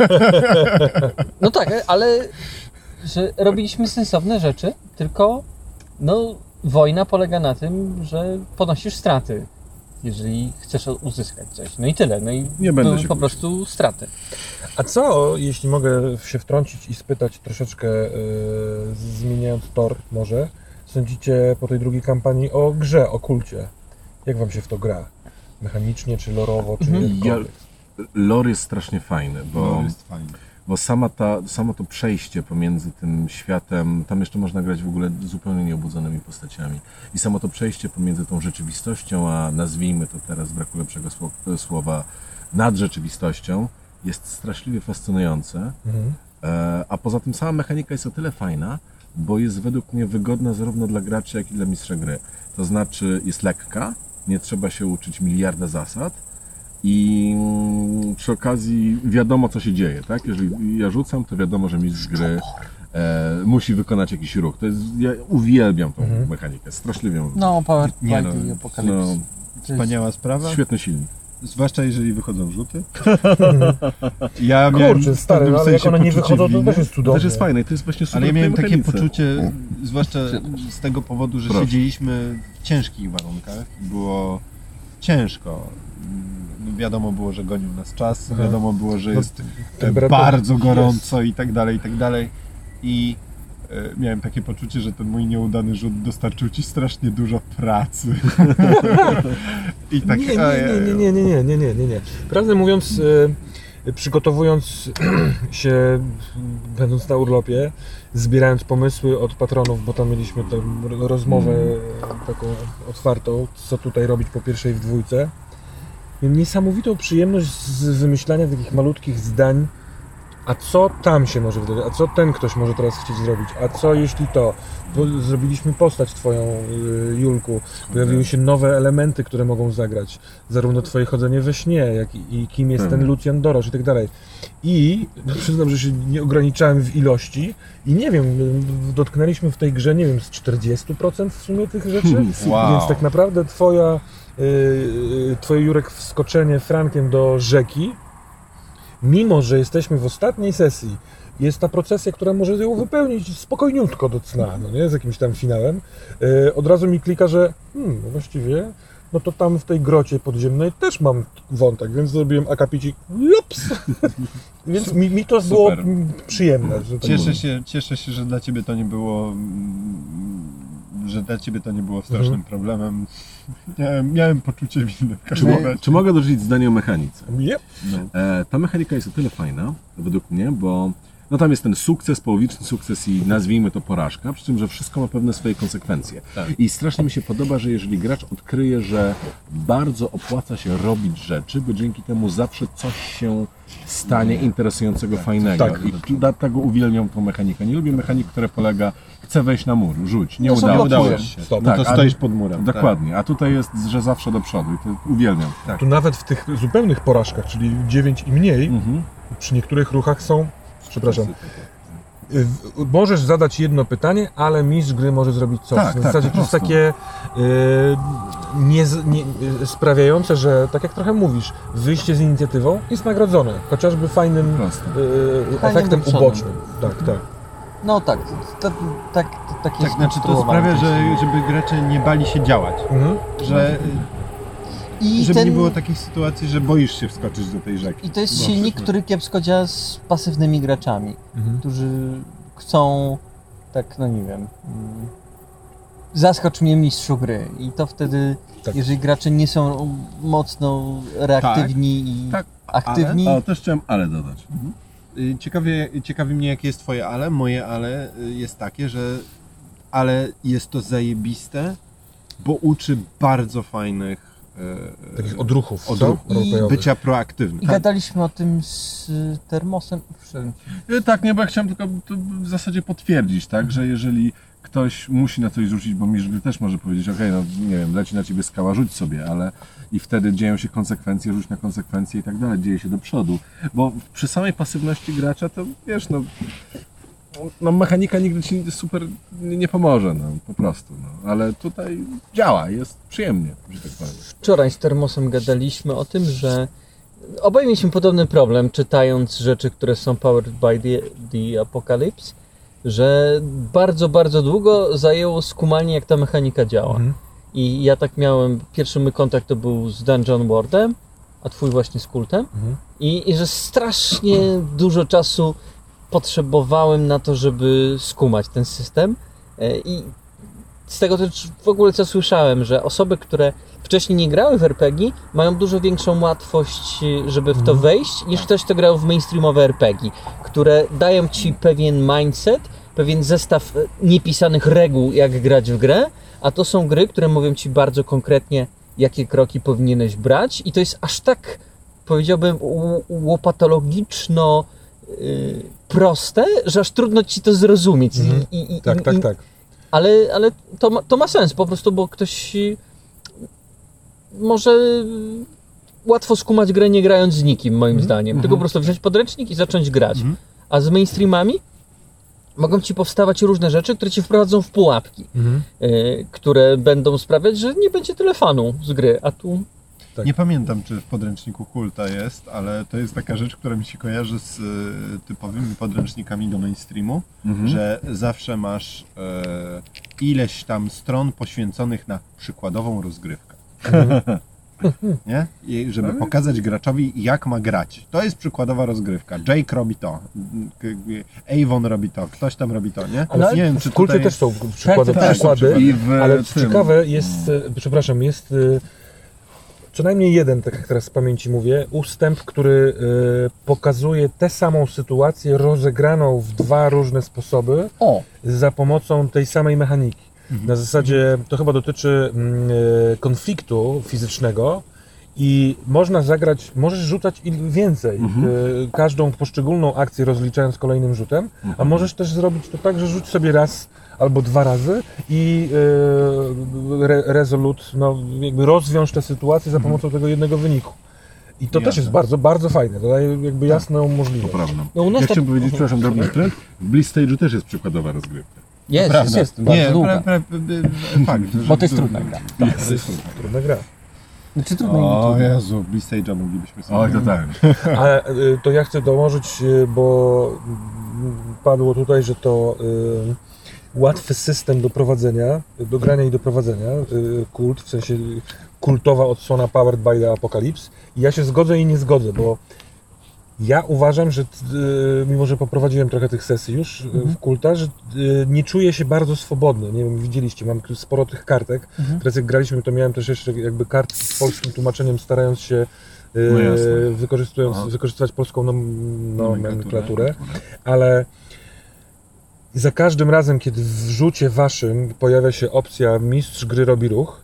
No tak, ale że robiliśmy sensowne rzeczy, tylko no wojna polega na tym, że ponosisz straty, jeżeli chcesz uzyskać coś. No i tyle. No i Nie będę były się po kłócił. prostu straty. A co, jeśli mogę się wtrącić i spytać troszeczkę, yy, zmieniając tor może, sądzicie po tej drugiej kampanii o grze, o kulcie? Jak wam się w to gra? Mechanicznie, czy lorowo, czy Mhm. jakkolwiek? Lore jest strasznie fajny, bo, To jest fajne. bo sama ta, samo to przejście pomiędzy tym światem, tam jeszcze można grać w ogóle zupełnie nieobudzonymi postaciami. I samo to przejście pomiędzy tą rzeczywistością, a nazwijmy to teraz, braku lepszego sło- słowa, nad rzeczywistością, jest straszliwie fascynujące. Mhm. E, a poza tym sama mechanika jest o tyle fajna, bo jest według mnie wygodna zarówno dla graczy, jak i dla mistrza gry. To znaczy jest lekka, nie trzeba się uczyć miliarda zasad i mm, przy okazji wiadomo, co się dzieje, tak? Jeżeli ja rzucam, to wiadomo, że mistrz gry e, musi wykonać jakiś ruch. To jest, ja uwielbiam tą Mhm. mechanikę, straszliwie ją lubię. No, PowerPoint Nie no, i no, Apokalipsy. Wspaniała sprawa. świetny silnik. Zwłaszcza jeżeli wychodzą rzuty. Ja miałem Kurczę, w stary, pewnym no, ale jak sensie one nie poczucie wychodzą, to winy. też jest To cudowne. też jest fajne i to jest właśnie super Ale ja w tej miałem takie mechanice. poczucie, zwłaszcza z tego powodu, że Proszę. siedzieliśmy w ciężkich warunkach. Było ciężko. Mm, Wiadomo było, że gonił nas czas, Aha. wiadomo było, że No, jest temperatura- bardzo gorąco i tak dalej, i tak dalej. I e, miałem takie poczucie, że ten mój nieudany rzut dostarczył ci strasznie dużo pracy. I tak, Nie, nie, nie, nie, nie, nie, nie, nie, nie, nie. Prawdę mówiąc, e, przygotowując się, będąc na urlopie, zbierając pomysły od patronów, bo tam mieliśmy tę rozmowę taką otwartą, co tutaj robić po pierwszej w dwójce. Miałem niesamowitą przyjemność z wymyślania takich malutkich zdań, a co tam się może wydarzyć, a co ten ktoś może teraz chcieć zrobić, a co jeśli to, bo zrobiliśmy postać twoją, y, Julku, pojawiły się nowe elementy, które mogą zagrać, zarówno twoje chodzenie we śnie, jak i, i kim jest ten Lucjan Dorosz i tak dalej. I przyznam, że się nie ograniczałem w ilości i nie wiem, dotknęliśmy w tej grze, nie wiem, z czterdzieści procent w sumie tych rzeczy, Wow. więc tak naprawdę twoja, y, y, twoje, Jurek, wskoczenie Frankiem do rzeki, mimo że jesteśmy w ostatniej sesji, jest ta procesja, która może ją wypełnić spokojniutko do cna, no nie, z jakimś tam finałem, yy, od razu mi klika, że hmm, no właściwie no to tam w tej grocie podziemnej też mam wątek, więc zrobiłem akapicik, jups! Więc mi, mi to było Super. przyjemne. Że tak Cieszę powiem. się, cieszę się, że dla ciebie to nie było, mm, że dla ciebie to nie było strasznym Mhm. problemem. Miałem, miałem poczucie winy w każdym Czy, mo- razie. czy mogę dorzucić zdanie o mechanice? Yep. No. E, ta mechanika jest o tyle fajna, według mnie, bo no tam jest ten sukces, połowiczny sukces i nazwijmy to porażka, przy czym, że wszystko ma pewne swoje konsekwencje. Tak. I strasznie mi się podoba, że jeżeli gracz odkryje, że bardzo opłaca się robić rzeczy, bo dzięki temu zawsze coś się stanie interesującego, fajnego. Tak. I dlatego uwielbiam tą mechanikę. Nie lubię mechanik, które polega, chcę wejść na mur, rzuć, nie No, udało Nie się. udało się. Stop. No to Tak, a- stoisz pod murem. Dokładnie, a tutaj jest, że zawsze do przodu i to uwielbiam. Tak. Tu nawet w tych zupełnych porażkach, czyli dziewięć i mniej, Mhm. przy niektórych ruchach są, przepraszam, y, w- możesz zadać jedno pytanie, ale mistrz gry może zrobić coś. Tak, w tak, zasadzie po to jest prostu. takie y, nie, z- nie, y, sprawiające, że tak jak trochę mówisz, wyjście z inicjatywą jest nagrodzone, chociażby fajnym Po prostu. y, Fajnym efektem bonusonem. ubocznym. Tak, tak. No tak, to, to, tak, to, tak jest Tak, znaczy to skonstruowane sprawia, w tej że, chwili. żeby gracze nie bali się działać. Mhm. Że, I żeby ten, nie było takich sytuacji, że boisz się wskoczyć do tej rzeki. I to jest No, silnik, przecież. który kiepsko działa z pasywnymi graczami, Mhm. którzy chcą, tak, no nie wiem, mm, zaskocz mnie mistrzu gry. I to wtedy, Tak. jeżeli gracze nie są mocno reaktywni i tak, aktywni, O, też chciałem ale dodać. Y, Ciekawie, ciekawi mnie, jakie jest twoje ale. Moje ale y, jest takie, że ale jest to zajebiste, bo uczy bardzo fajnych y, Takich odruchów, co? odruchów Roleplayowych. bycia proaktywnym. i gadaliśmy o tym z y, Termosem. Przepraszam. E, Tak, nie, bo ja chciałem tylko to w zasadzie potwierdzić, tak, że jeżeli ktoś musi na coś rzucić, bo mistrz gry też może powiedzieć, okej, no nie wiem, leci na ciebie skała, rzuć sobie, ale i wtedy dzieją się konsekwencje, rzuć na konsekwencje i tak dalej, dzieje się do przodu. Bo przy samej pasywności gracza to, wiesz, no, no mechanika nigdy ci super nie, nie pomoże, no, po prostu, no. Ale tutaj działa, jest przyjemnie, że tak powiem. Wczoraj z Termosem gadaliśmy o tym, że obaj mieliśmy podobny problem, czytając rzeczy, które są powered by the, the Apocalypse, że bardzo, bardzo długo zajęło skumanie, jak ta mechanika działa. Mhm. I ja tak miałem, pierwszy mój kontakt to był z Dungeon Worldem, a twój właśnie z Kultem. Mhm. I, i że strasznie dużo czasu potrzebowałem na to, żeby skumać ten system. E, I z tego też w ogóle co słyszałem, że osoby, które wcześniej nie grały w er pe gie, mają dużo większą łatwość, żeby w to wejść, niż ktoś, kto grał w mainstreamowe er pe gie, które dają ci pewien mindset, pewien zestaw niepisanych reguł, jak grać w grę, a to są gry, które mówią ci bardzo konkretnie, jakie kroki powinieneś brać i to jest aż tak, powiedziałbym, ł- łopatologiczno yy, proste, że aż trudno ci to zrozumieć. Mhm. I, i, Tak, i, tak, i, tak. Ale, ale to, ma, to ma sens po prostu, bo ktoś yy, może łatwo skumać grę nie grając z nikim, moim Mhm. zdaniem. Tylko po prostu wziąć podręcznik i zacząć grać. Mhm. A z mainstreamami mogą ci powstawać różne rzeczy, które ci wprowadzą w pułapki, Mhm. yy, które będą sprawiać, że nie będzie tyle fanu z gry, a tu Tak. Nie pamiętam, czy w podręczniku Kulta jest, ale to jest taka rzecz, która mi się kojarzy z y, typowymi podręcznikami do mainstreamu, Mhm. że zawsze masz e, ileś tam stron poświęconych na przykładową rozgrywkę. Nie? I żeby pokazać graczowi, jak ma grać. To jest przykładowa rozgrywka. Jake robi to, Avon robi to, ktoś tam robi to, nie? Ale nie wiem, czy w kulcie tutaj... też są przykłady, tak, przykłady I w ale tym- ciekawe jest, e, przepraszam, jest e, co najmniej jeden, tak jak teraz z pamięci mówię, ustęp, który e, pokazuje tę samą sytuację rozegraną w dwa różne sposoby o, za pomocą tej samej mechaniki. Mhm. Na zasadzie to chyba dotyczy mm, e, konfliktu fizycznego i można zagrać, możesz rzucać i więcej, Mhm. e, każdą poszczególną akcję rozliczając kolejnym rzutem, a Mhm. możesz też zrobić to tak, że rzuć sobie raz albo dwa razy i e, re, rezolut, no jakby rozwiąż tę sytuację za pomocą tego jednego wyniku. I to też Jasne. jest bardzo, bardzo fajne, to daje jakby jasną To możliwość. prawda. no u nas Ja to chciałem powiedzieć, przepraszam, drobny wtręt, w Bliss Stage'u też jest przykładowa rozgrywka. jest, jest, jest, bardzo Nie, długa, pra, pra, pra, fakt. bo to jest trudna gra. Tak, to jest trudna gra. Znaczy trudna i O trudna. Jezu, Bliss Stage'a moglibyśmy sobie... Oj, to tak. Ale y, to ja chcę dołożyć, y, bo mm, padło tutaj, że to y, łatwy system do prowadzenia, do grania i do prowadzenia, y, kult, w sensie kultowa odsłona Powered by the Apocalypse. I ja się zgodzę i nie zgodzę, bo ja uważam, że yy, mimo, że poprowadziłem trochę tych sesji już yy, w kulta, że yy, nie czuję się bardzo swobodny. Nie wiem, widzieliście, mam sporo tych kartek. Mhm. Teraz jak graliśmy, to miałem też jeszcze jakby kart z polskim tłumaczeniem, starając się yy, No jasne. wykorzystując, Aha. wykorzystywać polską nom, Nomenklaturę. nomenklaturę, ale za każdym razem, kiedy w rzucie waszym pojawia się opcja mistrz gry robi ruch,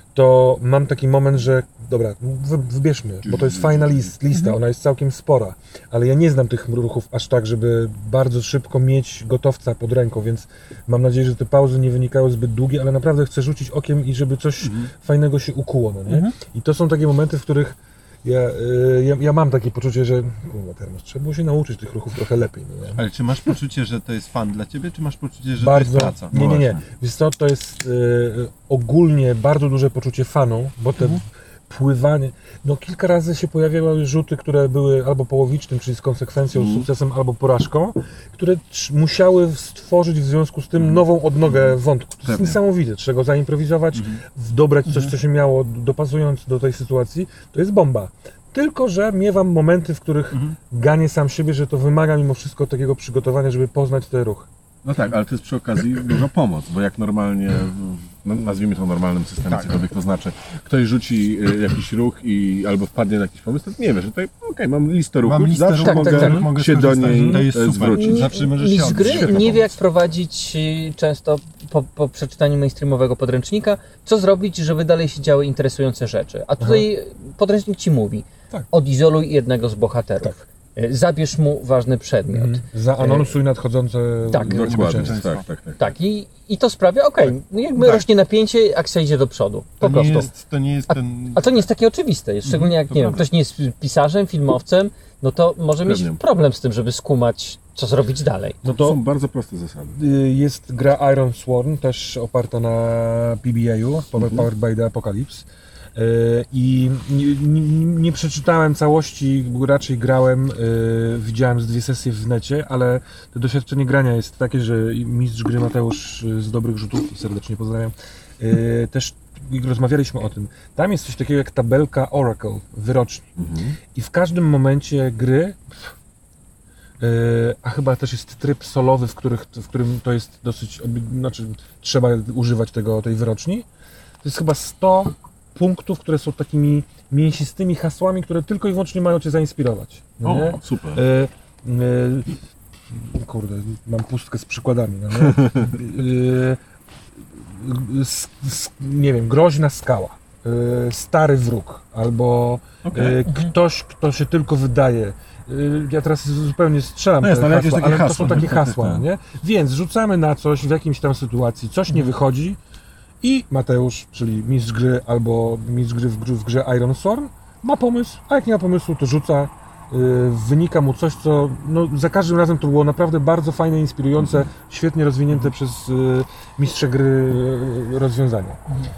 to mam taki moment, że dobra, wy, wybierzmy, bo to jest fajna list, lista, ona jest całkiem spora, ale ja nie znam tych ruchów aż tak, żeby bardzo szybko mieć gotowca pod ręką, więc mam nadzieję, że te pauzy nie wynikały zbyt długie, ale naprawdę chcę rzucić okiem i żeby coś Mhm. fajnego się ukuło, no nie? Mhm. I to są takie momenty, w których ja, y, ja, ja mam takie poczucie, że kurwa, Termos, trzeba było się nauczyć tych ruchów trochę lepiej, no nie? Ale czy masz poczucie, że to jest fan dla ciebie, czy masz poczucie, że Bardzo. to jest praca? Nie, nie, nie. właśnie. Wiesz co, to jest y, ogólnie bardzo duże poczucie fanu, bo te Mhm. pływanie... No kilka razy się pojawiały rzuty, które były albo połowicznym, czyli z konsekwencją, Mhm. z sukcesem, albo porażką, które trz- musiały stworzyć w związku z tym Mhm. nową odnogę wątku. To jest Pewnie. niesamowite. Trzeba go zaimprowizować, Mhm. dobrać coś, Mhm. co się miało, dopasując do tej sytuacji. To jest bomba. Tylko że miewam momenty, w których Mhm. ganię sam siebie, że to wymaga mimo wszystko takiego przygotowania, żeby poznać te ruchy. No tak, ale to jest przy okazji duża pomoc, bo jak normalnie, no, nazwijmy to normalnym systemem, Tak. cokolwiek to znaczy, ktoś rzuci y, jakiś ruch i albo wpadnie na jakiś pomysł, to nie wiesz, że tutaj, okej, mam listę ruchów, Mam listę zawsze ruchów, mogę, tak, tak, mogę się do skorzystać, niej to jest e, super. zwrócić. Zawsze możesz się Mistrz odnieść. gry Świetna nie wie, jak pomoc. prowadzić y, często po, po przeczytaniu mainstreamowego podręcznika, co zrobić, żeby dalej się działy interesujące rzeczy. A tutaj podręcznik ci mówi, Tak. odizoluj jednego z bohaterów, Tak. y, zabierz mu ważny przedmiot. Mhm. Zaanonsuj nadchodzące Tak. Dokładnie, niebezpieczeństwo. tak, tak, tak. Tak, i, i to sprawia, okej, no jakby Tak. rośnie napięcie, akcja idzie do przodu. Po To prostu. nie jest, to nie jest ten... A to nie jest takie oczywiste, jest, szczególnie jak to nie wiem, prawda. ktoś nie jest pisarzem, filmowcem, no to może mieć Pewnie. problem z tym, żeby skumać, co zrobić dalej. No To to są bardzo proste zasady. y, jest gra Iron Sworn, też oparta na P B A u, Power- Powered by the Apocalypse. Y, I nie, nie, nie przeczytałem całości, bo raczej grałem, y, widziałem z dwie sesje w necie, ale to doświadczenie grania jest takie, że mistrz gry Mateusz y, z Dobrych Rzutów, serdecznie pozdrawiam, y, też rozmawialiśmy o tym. Tam jest coś takiego jak tabelka Oracle, wyroczni. Mhm. I w każdym momencie gry, yy, a chyba też jest tryb solowy, w, których, w którym to jest dosyć, obli- znaczy trzeba używać tego, tej wyroczni, to jest chyba sto punktów, które są takimi mięsistymi hasłami, które tylko i wyłącznie mają Cię zainspirować. No nie? O, super. Yy, yy, kurde, mam pustkę z przykładami. No nie? Yy, s, s, nie wiem, groźna skała, yy, stary wróg, albo Okej. yy, ktoś, kto się tylko wydaje. Yy, ja teraz zupełnie strzelam No jest, te ale jakieś hasła, takie ale to hasła, są takie tak, tak, hasła, tak. no nie? Więc rzucamy na coś w jakimś tam sytuacji, coś nie wychodzi i Mateusz, czyli mistrz gry albo mistrz gry w, grze- w grze Iron Sworn, ma pomysł, a jak nie ma pomysłu, to rzuca. Yy, wynika mu coś, co no, za każdym razem to było naprawdę bardzo fajne, inspirujące, świetnie rozwinięte przez yy, mistrza gry yy, rozwiązania.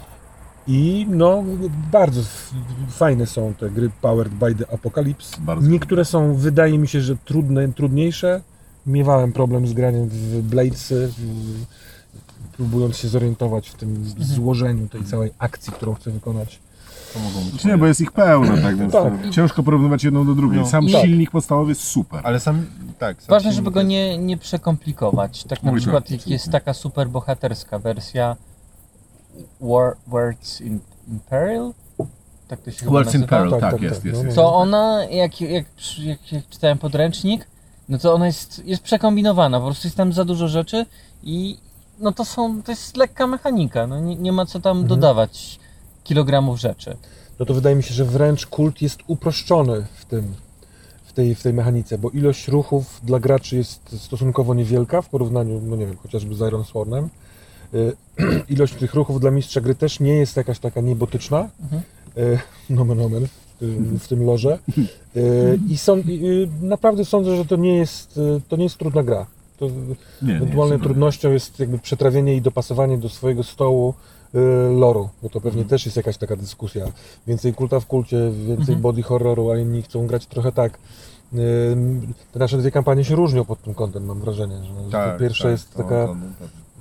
I no, bardzo f- fajne są te gry Powered by the Apocalypse. Bardzo Niektóre są, wydaje mi się, że trudne, trudniejsze. Miewałem problem z graniem w Bladesy, w- próbując się zorientować w tym złożeniu tej całej akcji, którą chcę wykonać. To mogą być Znaczy nie, bo jest ich pełno, tak, więc Tak. to ciężko porównywać jedną do drugiej. No. Sam Tak. silnik podstawowy jest super. Ale sam, tak. Sam Ważne, silnik żeby go jest- nie, nie przekomplikować. Tak na Oj, przykład tak, jak absolutnie. jest taka super bohaterska wersja War, Words in, in Peril? Tak to się chyba Words in nazywa? Peril, Tak, tak, tak, jest, tak, jest, no, jest. To ona, jak, jak, jak, jak czytałem podręcznik, no to ona jest, jest przekombinowana, po prostu jest tam za dużo rzeczy i no to są, to jest lekka mechanika, no nie, nie ma co tam Mhm. dodawać kilogramów rzeczy. No to wydaje mi się, że wręcz kult jest uproszczony w tym, w tej, w tej mechanice, bo ilość ruchów dla graczy jest stosunkowo niewielka w porównaniu, no nie wiem, chociażby z Iron Swornem. Y, Ilość tych ruchów dla mistrza gry też nie jest jakaś taka niebotyczna, Mhm. y, nomen omen, y, w tym lorze. Y, I są, y, naprawdę sądzę, że to nie jest, y, to nie jest trudna gra. To Nie, nie, ewentualną super. trudnością jest jakby przetrawienie i dopasowanie do swojego stołu y, loru, bo to pewnie też jest jakaś taka dyskusja. Więcej kulta w kulcie, więcej Mhm. body horroru, a inni chcą grać trochę tak. Y, Te nasze dwie kampanie się różnią pod tym kątem, mam wrażenie. Że Tak, pierwsza tak, jest to- taka to- to-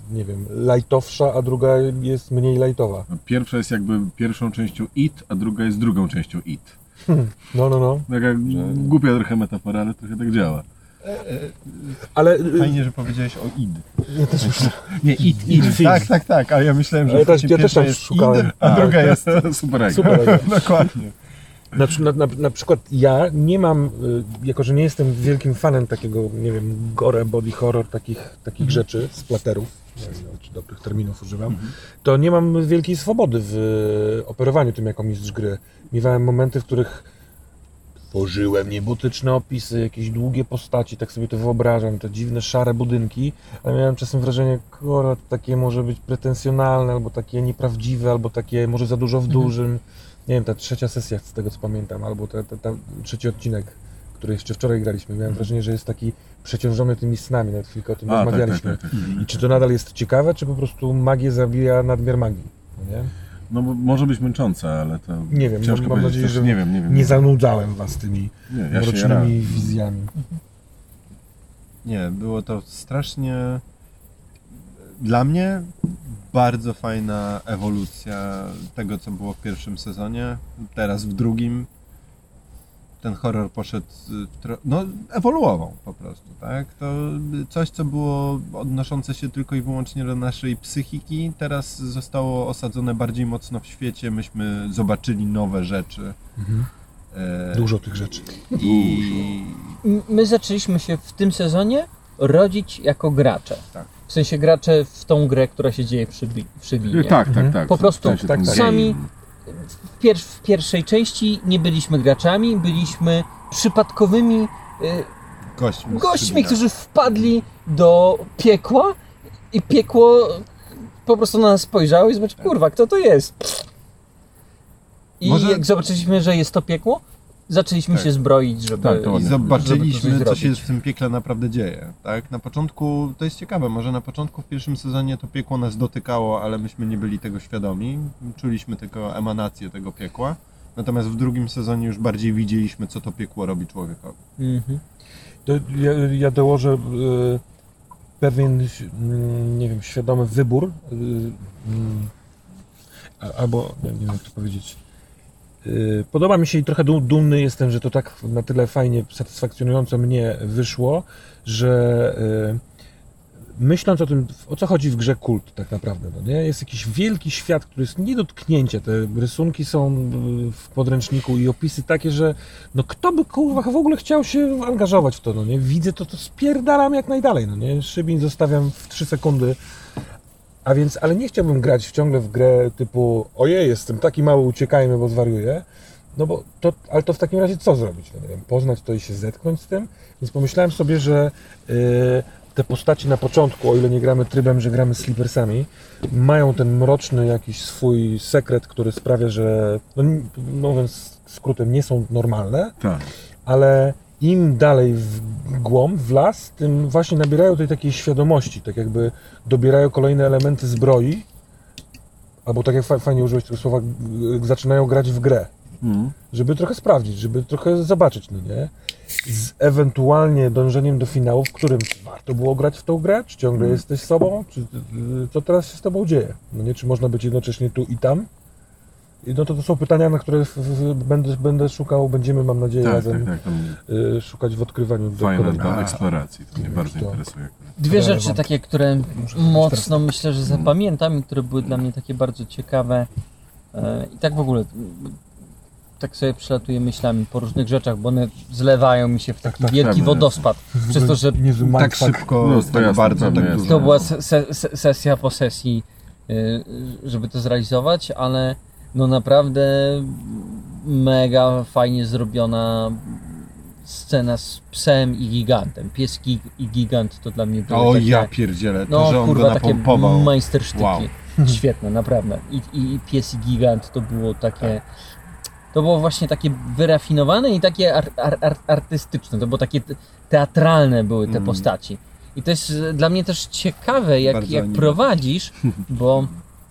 nie wiem, lightowsza, a druga jest mniej lightowa. Pierwsza jest jakby pierwszą częścią It, a druga jest drugą częścią It. No, no, no. Taka głupia trochę metafora, ale trochę tak działa. Ale Fajnie, że powiedziałeś o id. ja też myślę, Nie, id, Id id. film. Tak, tak, tak, ale ja myślałem, że Ale też- właśnie ja też pierwsza tam jest szukałem. id, a druga jest... Super. super. Dokładnie. Na, na, na, na przykład ja nie mam, y, jako że nie jestem wielkim fanem takiego, nie wiem, gore, body horror, takich, takich rzeczy, splaterów, nie wiem, czy dobrych terminów używam, to nie mam wielkiej swobody w y, operowaniu tym jako mistrz gry. Miewałem momenty, w których tworzyłem niebotyczne opisy, jakieś długie postaci, tak sobie to wyobrażam, te dziwne, szare budynki, ale miałem czasem wrażenie, kurwa, to takie może być pretensjonalne, albo takie nieprawdziwe, albo takie może za dużo w dużym. Nie wiem, ta trzecia sesja, z tego co pamiętam, albo ten trzeci odcinek, który jeszcze wczoraj graliśmy, miałem wrażenie, że jest taki przeciążony tymi snami, nawet chwilkę o tym A, tak, rozmawialiśmy. tak, tak, tak. I czy to nadal jest ciekawe, czy po prostu magię zabija nadmiar magii? No nie? No bo może być męczące, ale to Nie wiem, ciężko mam- mam powiedzieć. nadzieję, Też że nie wiem, nie wiem. Nie zanudzałem was tymi Nie, ja się jarałem. mrocznymi wizjami. Nie, było to strasznie... Dla mnie bardzo fajna ewolucja tego, co było w pierwszym sezonie. Teraz w drugim ten horror poszedł, y, tro... no ewoluował po prostu, tak? To coś, co było odnoszące się tylko i wyłącznie do naszej psychiki, teraz zostało osadzone bardziej mocno w świecie. Myśmy zobaczyli nowe rzeczy. Mhm. E, Dużo tych rzeczy. I M- My zaczęliśmy się w tym sezonie rodzić jako gracze. Tak. W sensie gracze w tą grę, która się dzieje przy, wi- przy winie. Tak, tak, Mhm. tak. Po W prostu sensie tak, ten tak. game. Sami- W, pier- w pierwszej części nie byliśmy graczami, byliśmy przypadkowymi y, gośćmi, z gośćmi, Szybina. którzy wpadli do piekła i piekło po prostu na nas spojrzało i zobaczyło, kurwa, kto to jest? I Może- jak zobaczyliśmy, że jest to piekło, zaczęliśmy Tak. się zbroić, żeby... Tak, to I ładnie. żeby zobaczyliśmy, coś co się zrobić. w tym piekle naprawdę dzieje. Tak? Na początku, to jest ciekawe, może na początku w pierwszym sezonie to piekło nas dotykało, ale myśmy nie byli tego świadomi. Czuliśmy tylko emanację tego piekła. Natomiast w drugim sezonie już bardziej widzieliśmy, co to piekło robi człowiekowi. Mhm. To ja, ja dołożę y, pewien, mm, nie wiem, świadomy wybór, y, mm, a- albo, nie, nie wiem jak to powiedzieć. Y, Podoba mi się i trochę dum- dumny jestem, że to tak na tyle fajnie, satysfakcjonująco mnie wyszło, że y, myśląc o tym, o co chodzi w grze Kult tak naprawdę, no nie? Jest jakiś wielki świat, który jest nie do tknięcia. Te rysunki są y, w podręczniku i opisy takie, że no kto by kurwa w ogóle chciał się angażować w to, no nie? Widzę to, to spierdalam jak najdalej, no nie? Szybin zostawiam w trzy sekundy. A więc, ale nie chciałbym grać ciągle w grę typu ojej, jestem taki mały, uciekajmy, bo zwariuję. No bo to, ale to w takim razie co zrobić? No nie wiem, poznać to i się zetknąć z tym? Więc pomyślałem sobie, że yy, te postaci na początku, o ile nie gramy trybem, że gramy sleepersami, mają ten mroczny jakiś swój sekret, który sprawia, że, no, mówiąc skrótem, nie są normalne, Tak. ale im dalej w głąb, w las, tym właśnie nabierają tej takiej świadomości, tak jakby dobierają kolejne elementy zbroi, albo tak jak fa- fajnie użyłeś tego słowa, g- zaczynają grać w grę, Mhm. żeby trochę sprawdzić, żeby trochę zobaczyć, no nie? Z ewentualnie dążeniem do finału, w którym warto było grać w tą grę, czy ciągle Mhm. jesteś sobą, czy y, co teraz się z tobą dzieje, no nie? Czy można być jednocześnie tu i tam? I no to, to są pytania, na które w, w, będę, będę szukał, będziemy, mam nadzieję, Tak, razem tak, tak. Tam y, szukać w odkrywaniu fajne kolejnych. do eksploracji. To mnie Nie bardzo wiem, to- interesuje. Dwie Ale rzeczy wam- takie, które Muszę zrobić mocno myślę, że zapamiętam i które były dla mnie takie bardzo ciekawe. E, I tak w ogóle m, tak sobie przelatuję myślami po różnych rzeczach, bo one zlewają mi się w taki tak, wielki pewnie. wodospad. Przez to, że Niezły Tak mindfuck. szybko, No, to tak jasne, bardzo, pewnie tak jest. dużo. to była se- se- se- sesja po sesji, y, żeby to zrealizować, ale no naprawdę mega fajnie zrobiona scena z psem i gigantem. Pies gi- i gigant to dla mnie było O takie... ja pierdzielę, to, No że on kurwa, go takie napompował. majstersztyki. Wow. Świetne, naprawdę. I, i, I pies i gigant to było takie... To było właśnie takie wyrafinowane i takie ar, ar, ar, artystyczne. To było takie te- teatralne były te Mm. postaci. I to jest e, dla mnie też ciekawe, jak, Bardzo jak anime. prowadzisz, bo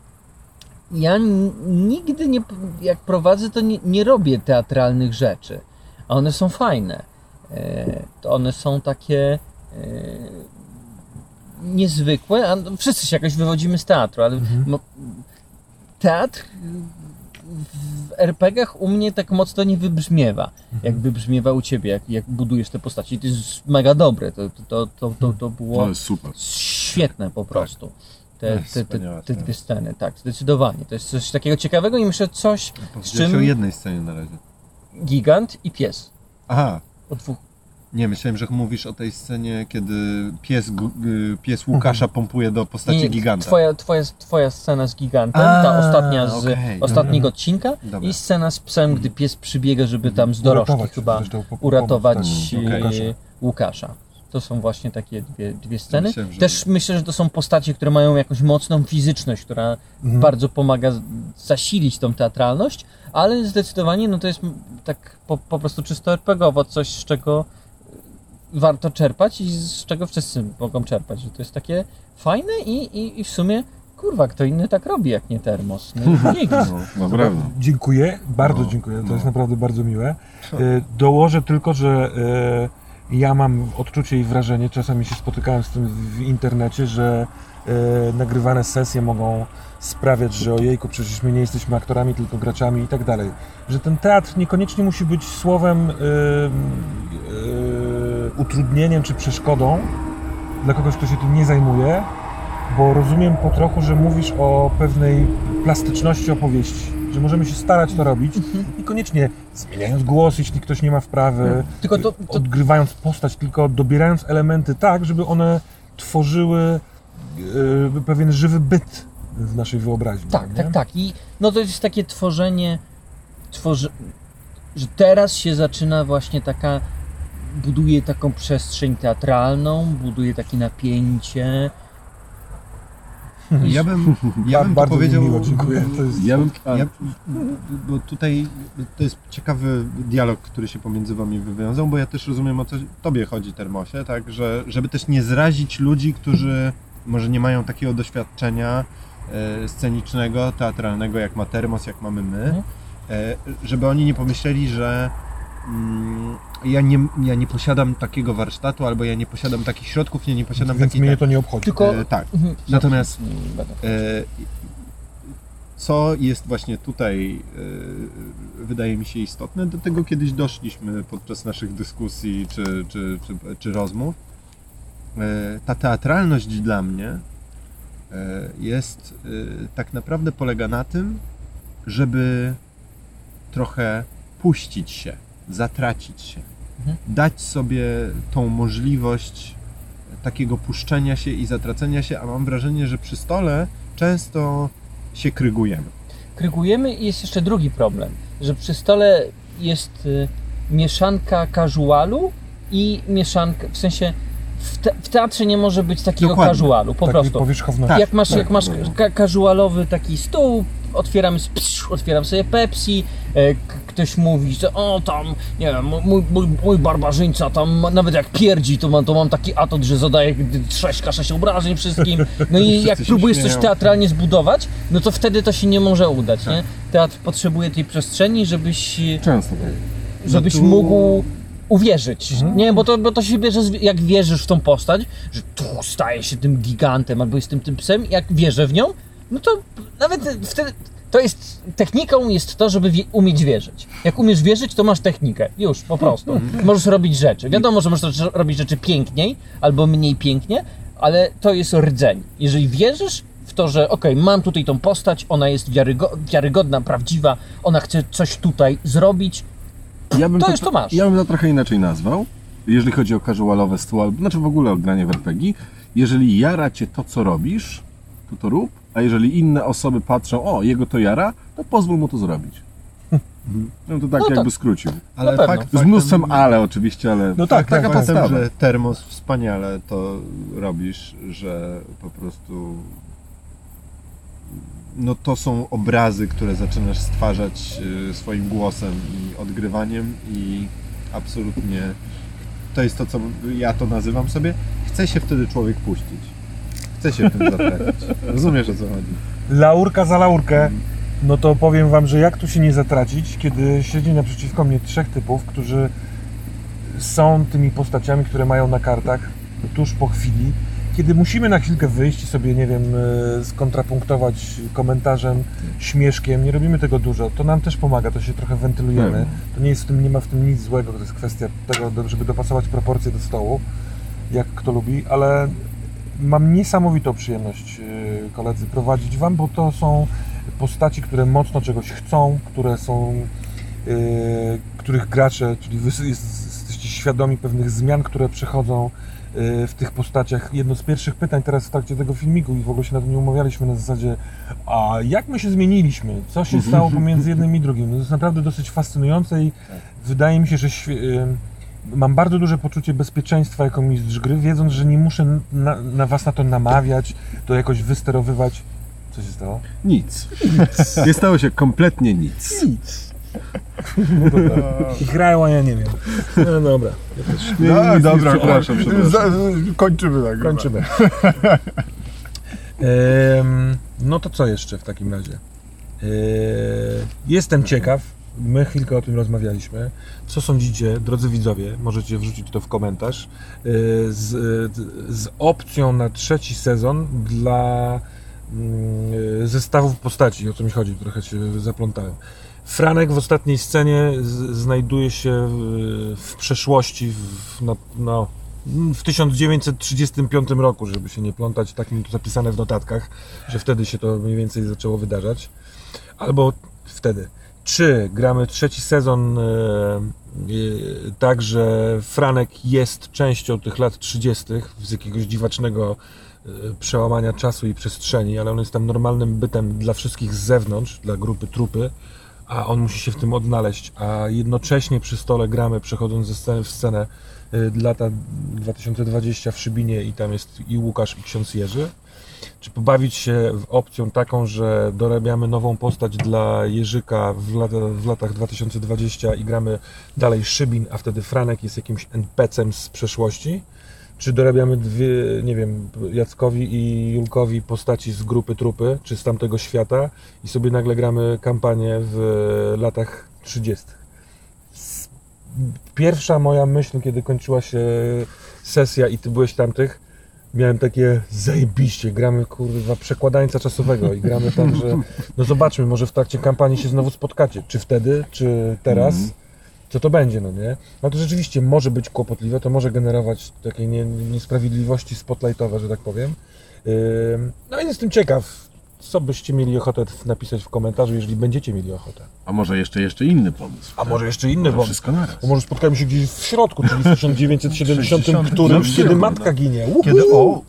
ja n- nigdy nie, jak prowadzę, to nie, nie robię teatralnych rzeczy. A one są fajne. E, to one są takie... E, niezwykłe, a wszyscy się jakoś wywodzimy z teatru, ale Mhm. no, teatr w er pe gach u mnie tak mocno nie wybrzmiewa, jak wybrzmiewa u ciebie, jak, jak budujesz te postaci. I to jest mega dobre, to, to, to, to, to było To jest super. świetne po prostu. Te, jest te, te, wspaniała te scena. dwie sceny, tak, zdecydowanie. To jest coś takiego ciekawego i myślę coś, z Powiedziałeś o czym jednej scenie na razie. gigant i pies. Aha, O dwóch. nie, myślałem, że mówisz o tej scenie, kiedy pies, gu- y, pies Łukasza pompuje do postaci Nie, giganta. Twoja, twoja, twoja scena z gigantem, A, ta ostatnia z okej. ostatniego odcinka Dobra. i scena z psem, gdy pies przybiega, żeby tam z dorożki Uratować chyba zresztą, po- po- uratować pomóc, tak, e, Łukasza. Łukasza. To są właśnie takie dwie, dwie sceny. Myślałem, że- Też myślę, że to są postacie, które mają jakąś mocną fizyczność, która Mhm. bardzo pomaga z- zasilić tą teatralność, ale zdecydowanie no to jest m- tak po, po prostu czysto er pe gowo, coś z czego warto czerpać i z czego wszyscy mogą czerpać, że to jest takie fajne i, i, i w sumie kurwa, kto inny tak robi jak nie Termos. No, nikt. No, naprawdę. Dziękuję, bardzo No, dziękuję, to no. jest naprawdę bardzo miłe. E, Dołożę tylko, że e, ja mam odczucie i wrażenie, czasami się spotykałem z tym w internecie, że e, nagrywane sesje mogą sprawiać, że ojejku, przecież my nie jesteśmy aktorami, tylko graczami i tak dalej. Że ten teatr niekoniecznie musi być słowem, e, e, utrudnieniem czy przeszkodą dla kogoś, kto się tym nie zajmuje, bo rozumiem po trochu, że mówisz o pewnej plastyczności opowieści, że możemy się starać to robić, niekoniecznie zmieniając głos, jeśli ktoś nie ma wprawy, Tylko to, to odgrywając postać, tylko dobierając elementy tak, żeby one tworzyły e, pewien żywy byt w naszej wyobraźni. tak, nie? tak, tak. I no to jest takie tworzenie, tworzy, że teraz się zaczyna właśnie taka, buduje taką przestrzeń teatralną, buduje takie napięcie. Ja bym, ja bym to bardzo mi powiedział... miło, dziękuję. To jest... Ja bym... Ja, bo tutaj to jest ciekawy dialog, który się pomiędzy wami wywiązał, bo ja też rozumiem, o co tobie chodzi, Termosie, tak, że żeby też nie zrazić ludzi, którzy może nie mają takiego doświadczenia e, scenicznego, teatralnego, jak ma Termos, jak mamy my, Mhm. e, żeby oni nie pomyśleli, że mm, ja, nie, ja nie posiadam takiego warsztatu, albo ja nie posiadam takich środków, ja nie posiadam Więc takiej... mnie to nie obchodzi. Tylko E, tak. Mhm. Natomiast Mm, będę. E, co jest właśnie tutaj, e, wydaje mi się istotne, do tego kiedyś doszliśmy podczas naszych dyskusji czy, czy, czy, czy rozmów. E, ta teatralność dla mnie e, jest, e, tak naprawdę polega na tym, żeby trochę puścić się, zatracić się, Mhm. dać sobie tą możliwość takiego puszczenia się i zatracenia się, a mam wrażenie, że przy stole często się krygujemy. Krygujemy i jest jeszcze drugi problem, że przy stole jest y, mieszanka casualu i mieszanka, w sensie w, te, w teatrze nie może być takiego Dokładnie. casualu, po Takiej prostu. powierzchowności. Tak, jak masz, tak, jak masz no. ka- casualowy taki stół, otwieram, s- psz, otwieram sobie Pepsi, e, k- ktoś mówi, że o tam, nie wiem, mój, mój, mój barbarzyńca tam, ma- nawet jak pierdzi, to mam, to mam taki atut, że zadaje sześć ka sześć obrażeń wszystkim. No i jak się próbujesz coś śmieją. teatralnie zbudować, no to wtedy to się nie może udać, nie? Teatr potrzebuje tej przestrzeni, żebyś, Często tak. żebyś tu- mógł uwierzyć, nie? Bo to, bo to się bierze, z- jak wierzysz w tą postać, że tu staje się tym gigantem albo jestem tym psem, jak wierzę w nią, no to nawet wtedy, to jest, techniką jest to, żeby wie, umieć wierzyć. Jak umiesz wierzyć, to masz technikę, już, po prostu. Możesz robić rzeczy. Wiadomo, że możesz robić rzeczy piękniej albo mniej pięknie, ale to jest rdzeń. Jeżeli wierzysz w to, że okej, mam tutaj tą postać, ona jest wiarygo- wiarygodna, prawdziwa, ona chce coś tutaj zrobić, Ja bym To już to masz. Ja bym to trochę inaczej nazwał, jeżeli chodzi o casualowe stół, albo- znaczy w ogóle o granie w er pe gie. Jeżeli jara cię to, co robisz, to to rób, a jeżeli inne osoby patrzą, o, jego to jara, to pozwól mu to zrobić. No to tak No jakby tak. skrócił. Ale pewno. fakt, Z mnóstwem ale oczywiście, ale No tak, taka tak, faktem, podstawa. że Termos wspaniale to robisz, że po prostu no to są obrazy, które zaczynasz stwarzać y, swoim głosem i odgrywaniem i absolutnie to jest to, co ja to nazywam sobie. Chce się wtedy człowiek puścić. Chce się w tym zatracić. Rozumiesz, o co chodzi? Laurka za laurkę, no to powiem wam, że jak tu się nie zatracić, kiedy siedzi naprzeciwko mnie trzech typów, którzy są tymi postaciami, które mają na kartach tuż po chwili kiedy musimy na chwilkę wyjść i sobie, nie wiem, e, skontrapunktować komentarzem, śmieszkiem, nie robimy tego dużo, to nam też pomaga, to się trochę wentylujemy. Hmm. To nie jest w tym, nie ma w tym nic złego, to jest kwestia tego, do- żeby dopasować proporcje do stołu, jak kto lubi, ale mam niesamowitą przyjemność, e, koledzy, prowadzić wam, bo to są postaci, które mocno czegoś chcą, które są, e, których gracze, czyli wy jest, jesteście świadomi pewnych zmian, które przechodzą e, w tych postaciach. Jedno z pierwszych pytań teraz w trakcie tego filmiku i w ogóle się na to nie umawialiśmy na zasadzie, a jak my się zmieniliśmy? Co się stało pomiędzy jednym i drugim? No to jest naprawdę dosyć fascynujące i wydaje mi się, że świe- e, mam bardzo duże poczucie bezpieczeństwa jako mistrz gry, wiedząc, że nie muszę na, na was na to namawiać, to jakoś wysterowywać. Co się stało? Nic. Nie stało się kompletnie nic. Nic. No dobra. I grają, a ja nie wiem. No dobra. Nie, No, nic, dobra, nic, przepraszam, przepraszam. Za- kończymy tak. Kończymy. Em, no to co jeszcze w takim razie? E, jestem ciekaw, my chwilkę o tym rozmawialiśmy. Co sądzicie, drodzy widzowie, możecie wrzucić to w komentarz, e, z, z opcją na trzeci sezon dla mm, zestawów postaci, o co mi chodzi, trochę się zaplątałem. Franek w ostatniej scenie z, znajduje się w, w przeszłości, w, no, no, w tysiąc dziewięćset trzydziestym piątym roku, żeby się nie plątać, tak mi tu zapisane w notatkach, że wtedy się to mniej więcej zaczęło wydarzać. Albo wtedy. Czy gramy trzeci sezon e, e, tak, że Franek jest częścią tych lat trzydziestych z jakiegoś dziwacznego e, przełamania czasu i przestrzeni, ale on jest tam normalnym bytem dla wszystkich z zewnątrz, dla grupy trupy, a on musi się w tym odnaleźć, a jednocześnie przy stole gramy, przechodząc ze sceny w scenę y, lata dwa tysiące dwudziestego w Szybinie i tam jest i Łukasz, i ksiądz Jerzy. Czy pobawić się w opcją taką, że dorabiamy nową postać dla Jerzyka w, lata, w latach dwa tysiące dwudziestym i gramy dalej Szybin, a wtedy Franek jest jakimś en pe ce em z przeszłości? Czy dorabiamy dwie, nie wiem, Jackowi i Julkowi postaci z grupy trupy, czy z tamtego świata i sobie nagle gramy kampanię w latach trzydziestych? Pierwsza moja myśl, kiedy kończyła się sesja i ty byłeś tamtych, miałem takie zajebiście, gramy kurwa przekładańca czasowego i gramy tak, że no zobaczmy, może w trakcie kampanii się znowu spotkacie, czy wtedy, czy teraz. Mhm. Co to będzie, no nie? No to rzeczywiście może być kłopotliwe, to może generować takie nie, niesprawiedliwości spotlightowe, że tak powiem. Yy, no i jestem ciekaw, co byście mieli ochotę napisać w komentarzu, jeżeli będziecie mieli ochotę. A może jeszcze, jeszcze inny pomysł. A może jeszcze inny Może pomysł. wszystko naraz. Bo może spotkamy się gdzieś w środku, czyli w tysiąc dziewięćset siedemdziesiątym sześćdziesiątym którymś, którymś kiedy roku, matka no. ginie. Kiedy o,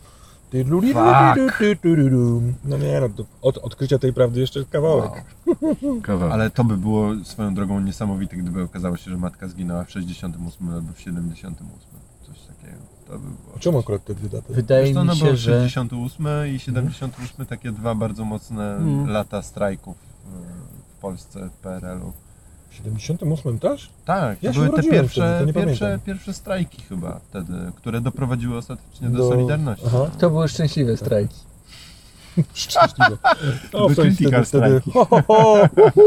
No nie, no, to od odkrycia tej prawdy jeszcze kawałek. Kawałek. ale to by było swoją drogą niesamowite, gdyby okazało się, że matka zginęła w sześćdziesiątym ósmym albo w siedemdziesiątym ósmym. Coś takiego. To by było. Czemu akurat te dwie daty? Wydaje Wiesz co, no mi bo się, że sześćdziesiąty ósmy i siedemdziesiąty ósmy takie dwa bardzo mocne Mm. lata strajków w- w Polsce, w pe er el u. W siedemdziesiątym ósmym też? Tak, Ja to się były te urodziłem pierwsze, wtedy, to nie pierwsze, pamiętam. pierwsze strajki chyba wtedy, które doprowadziły ostatecznie do, Do- Solidarności. Aha. to były szczęśliwe strajki. Szczęśliwe. No, By wtedy, critical wtedy, wtedy ho, ho, ho,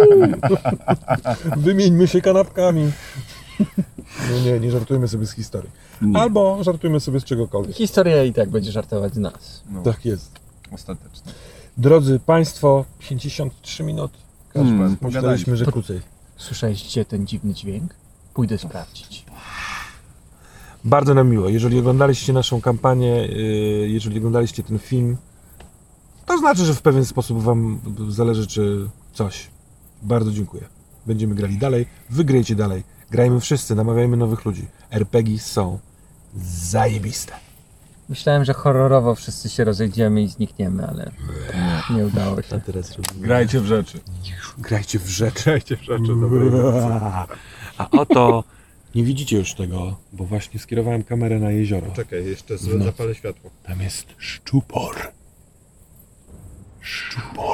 wymieńmy się kanapkami. No nie, nie żartujmy sobie z historii. Nie. Albo żartujmy sobie z czegokolwiek. Historia i tak będzie żartować z nas. No, Tak jest. ostatecznie. Drodzy Państwo, pięćdziesiąt trzy minuty. Hmm, Myśleliśmy, pogadaliśmy. że krócej. Słyszeliście ten dziwny dźwięk? Pójdę sprawdzić. Bardzo nam miło. Jeżeli oglądaliście naszą kampanię, yy, jeżeli oglądaliście ten film, to znaczy, że w pewien sposób Wam zależy, czy coś. Bardzo dziękuję. Będziemy grali dalej. Wy grajcie dalej. Grajmy wszyscy, namawiajmy nowych ludzi. er pe gie są zajebiste. Myślałem, że horrorowo wszyscy się rozejdziemy i znikniemy, ale nie udało się. teraz robimy. Grajcie w rzeczy. Grajcie w rzeczy. Grajcie w rzeczy dobrej. A oto nie widzicie już tego, bo właśnie skierowałem kamerę na jezioro. Czekaj, jeszcze No. zapalę światło. Tam jest szczupor. Szczupor.